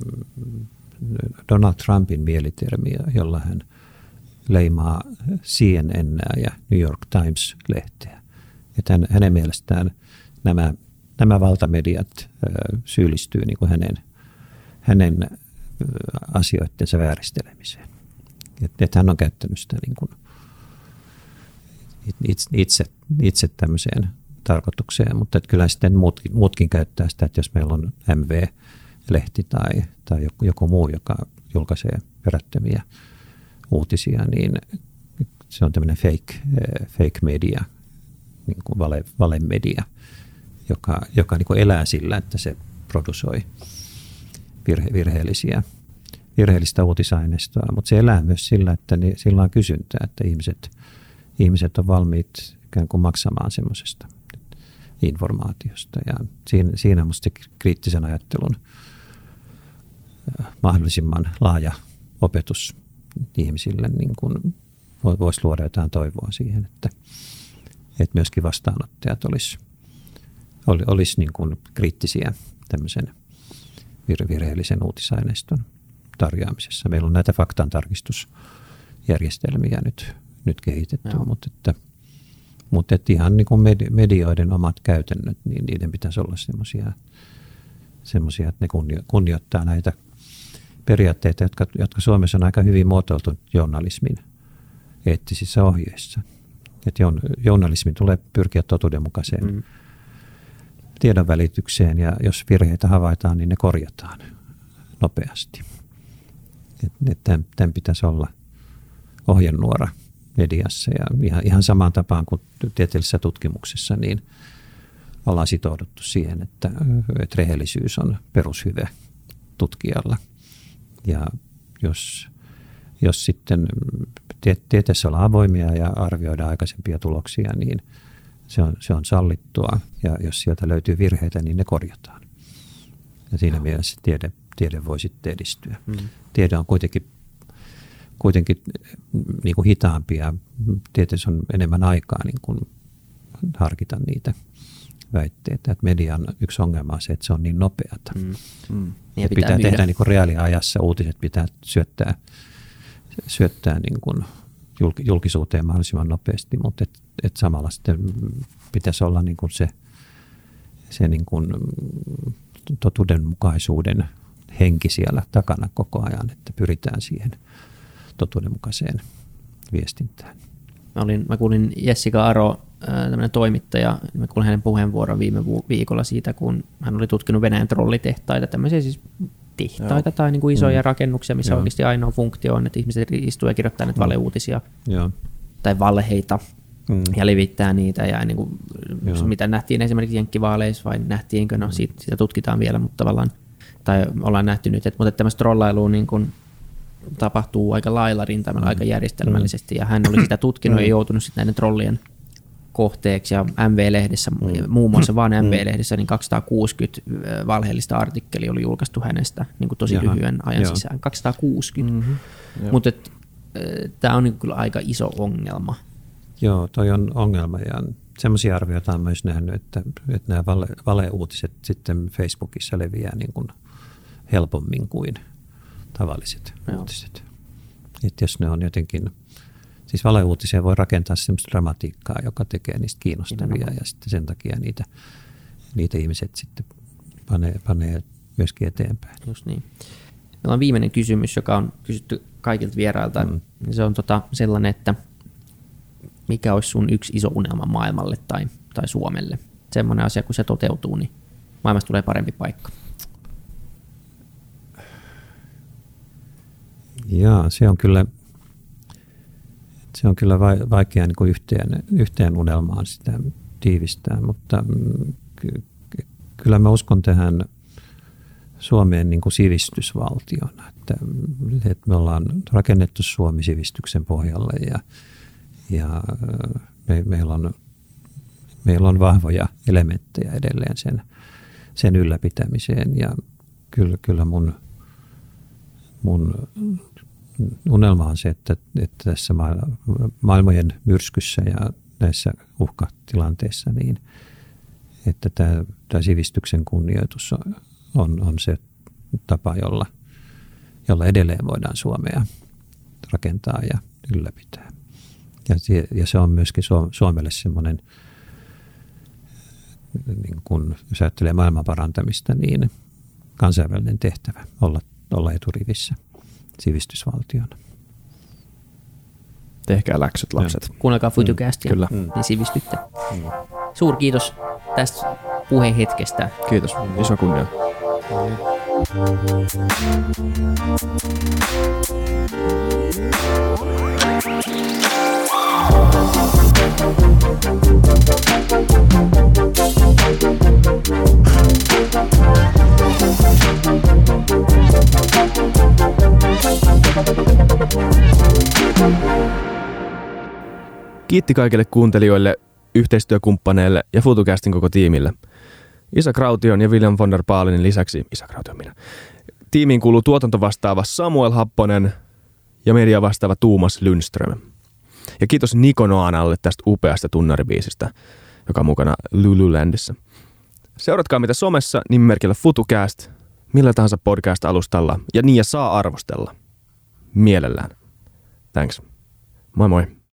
Donald Trumpin mielitermi, jolla hän leimaa C N N ja New York Times-lehteä. että hän, hänen mielestään nämä, nämä valtamediat syyllistyy niin kuin hänen, hänen asioittensa vääristelemiseen. Että, että hän on käyttänyt sitä niin kuin itse, itse tämmöiseen tarkoitukseen, mutta että kyllä sitten muutkin, muutkin käyttää sitä, että jos meillä on M V-lehti tai, tai joku, joku muu, joka julkaisee perättömiä uutisia, niin se on tämmöinen fake, fake media, niin kuin vale, valemedia, joka, joka niin kuin elää sillä, että se produsoi virhe, virheellisiä, virheellistä uutisaineistoa, mutta se elää myös sillä, että niin, sillä on kysyntää, että ihmiset, ihmiset on valmiit ikään kuin maksamaan semmoisesta informaatiosta. Ja siinä, siinä musta kriittisen ajattelun mahdollisimman laaja opetus ihmisille niin kuin voisi luoda jotain toivoa siihen, että, että myöskin vastaanottajat olisi, olisi niin kuin kriittisiä tämmöisen virheellisen uutisaineiston tarjoamisessa. Meillä on näitä faktantarkistusjärjestelmiä nyt, nyt kehitetty, no. mutta, että, mutta että ihan niin kuin medioiden omat käytännöt, niin niiden pitäisi olla semmoisia, semmoisia että ne kunnioittaa näitä periaatteita, jotka, jotka Suomessa on aika hyvin muotoiltu journalismin eettisissä ohjeissa. Että journalismin tulee pyrkiä totuudenmukaiseen mm. tiedonvälitykseen, ja jos virheitä havaitaan, niin ne korjataan nopeasti. Että tämän pitäisi olla ohjenuora mediassa, ja ihan, ihan samaan tapaan kuin tieteellisessä tutkimuksessa, niin ollaan sitouduttu siihen, että, että rehellisyys on perushyve tutkijalla. Ja jos, jos sitten tieteessä ollaan avoimia ja arvioidaan aikaisempia tuloksia, niin se on, se on sallittua. Ja jos sieltä löytyy virheitä, niin ne korjataan. Ja siinä no. mielessä tiede, tiede voi sitten edistyä. Mm. Tiede on kuitenkin, kuitenkin niin kuin hitaampi ja tieteessä on enemmän aikaa niin kuin harkita niitä väitteitä. Että median yksi ongelma on se, että se on niin nopeata. Mm. Mm. Pitää, pitää tehdä niin kuin reaaliajassa, uutiset pitää syöttää, syöttää niin kuin julkisuuteen mahdollisimman nopeasti, mutta et, et samalla sitten pitäisi olla niin kuin se, se niin kuin totuudenmukaisuuden henki siellä takana koko ajan, että pyritään siihen totuudenmukaiseen viestintään. Mä, olin, mä kuulin Jessica Aro, tämmöinen toimittaja, mä kuulin hänen puheenvuoron viime viikolla siitä, kun hän oli tutkinut Venäjän trollitehtaita, tämmöisiä siis tehtaita Joo. tai niin kuin isoja mm. rakennuksia, missä Joo. oikeasti ainoa funktio on, että ihmiset istuu ja kirjoittaa näitä mm. valeuutisia Joo. tai valheita mm. ja levittää niitä. Ja niin kuin, mitä nähtiin esimerkiksi jenkkivaaleissa, vai nähtiinkö, no siitä, siitä tutkitaan vielä, mutta tavallaan, tai ollaan nähty nyt, että, mutta tämmöistä trollailua niin kuin tapahtuu aika lailla rintamalla, mm. aika järjestelmällisesti, ja hän oli sitä tutkinut mm. ja joutunut sitten näiden trollien kohteeksi, ja M V-lehdessä, mm. muun muassa vaan M V-lehdessä, niin kaksisataakuusikymmentä valheellista artikkelia oli julkaistu hänestä niin kuin tosi Jaha, lyhyen ajan joo. sisään. kaksisataakuusikymmentä. Mm-hmm, mutta tämä on niin kyllä aika iso ongelma. Joo, toi on ongelma, ja semmoisia arvioita on myös nähnyt, että, että nämä vale, valeuutiset sitten Facebookissa leviää niin kuin helpommin kuin tavalliset joo. uutiset. Että jos ne on jotenkin... Siis valeuutisia voi rakentaa semmoista dramatiikkaa, joka tekee niistä kiinnostavia Nimenomaan. Ja sitten sen takia niitä, niitä ihmiset sitten panee, panee myöskin eteenpäin. Just niin. Meillä on viimeinen kysymys, joka on kysytty kaikilta vierailta. Mm. Se on tota sellainen, että mikä olisi sun yksi iso unelma maailmalle tai, tai Suomelle? Semmoinen asia, kun se toteutuu, niin maailmasta tulee parempi paikka. Jaa, se on kyllä... Se on kyllä vaikea niin kuin yhteen, yhteen unelmaan sitä tiivistää, mutta ky- kyllä mä uskon tähän Suomeen niin kuin sivistysvaltiona, että, että me ollaan rakennettu Suomi sivistyksen pohjalle ja, ja me, meillä, on, meillä on vahvoja elementtejä edelleen sen, sen ylläpitämiseen, ja kyllä, kyllä mun, mun unelma on se, että, että tässä maailmojen myrskyssä ja näissä uhkatilanteissa, niin että tämä, tämä sivistyksen kunnioitus on, on, on se tapa, jolla, jolla edelleen voidaan Suomea rakentaa ja ylläpitää. Ja, ja se on myöskin Suomelle semmoinen niin kun, jos ajattelee maailman parantamista, niin kansainvälinen tehtävä olla, olla eturivissä sivistysvaltiona. Tehkää läksyt, lapset. Kuunnelkaa FutuCastia, mm, kyllä. niin sivistytte. Mm. Suuri kiitos tästä puheenhetkestä. Kiitos, iso kunnia. Kiitti kaikille kuuntelijoille, yhteistyökumppaneille ja FutuCastin koko tiimille. Isa Kraution ja William von der Baalinin lisäksi, Isa Kraution minä, tiimiin kuuluu tuotantovastaava Samuel Happonen ja media vastaava Tuumas Lundström. Ja kiitos Niko Noanalle tästä upeasta tunnaribiisistä, joka on mukana Lululandissa. Seuratkaa mitä somessa nimimerkillä FutuCast, millä tahansa podcast-alustalla ja niin ja saa arvostella. Mielellään. Thanks. Moi moi.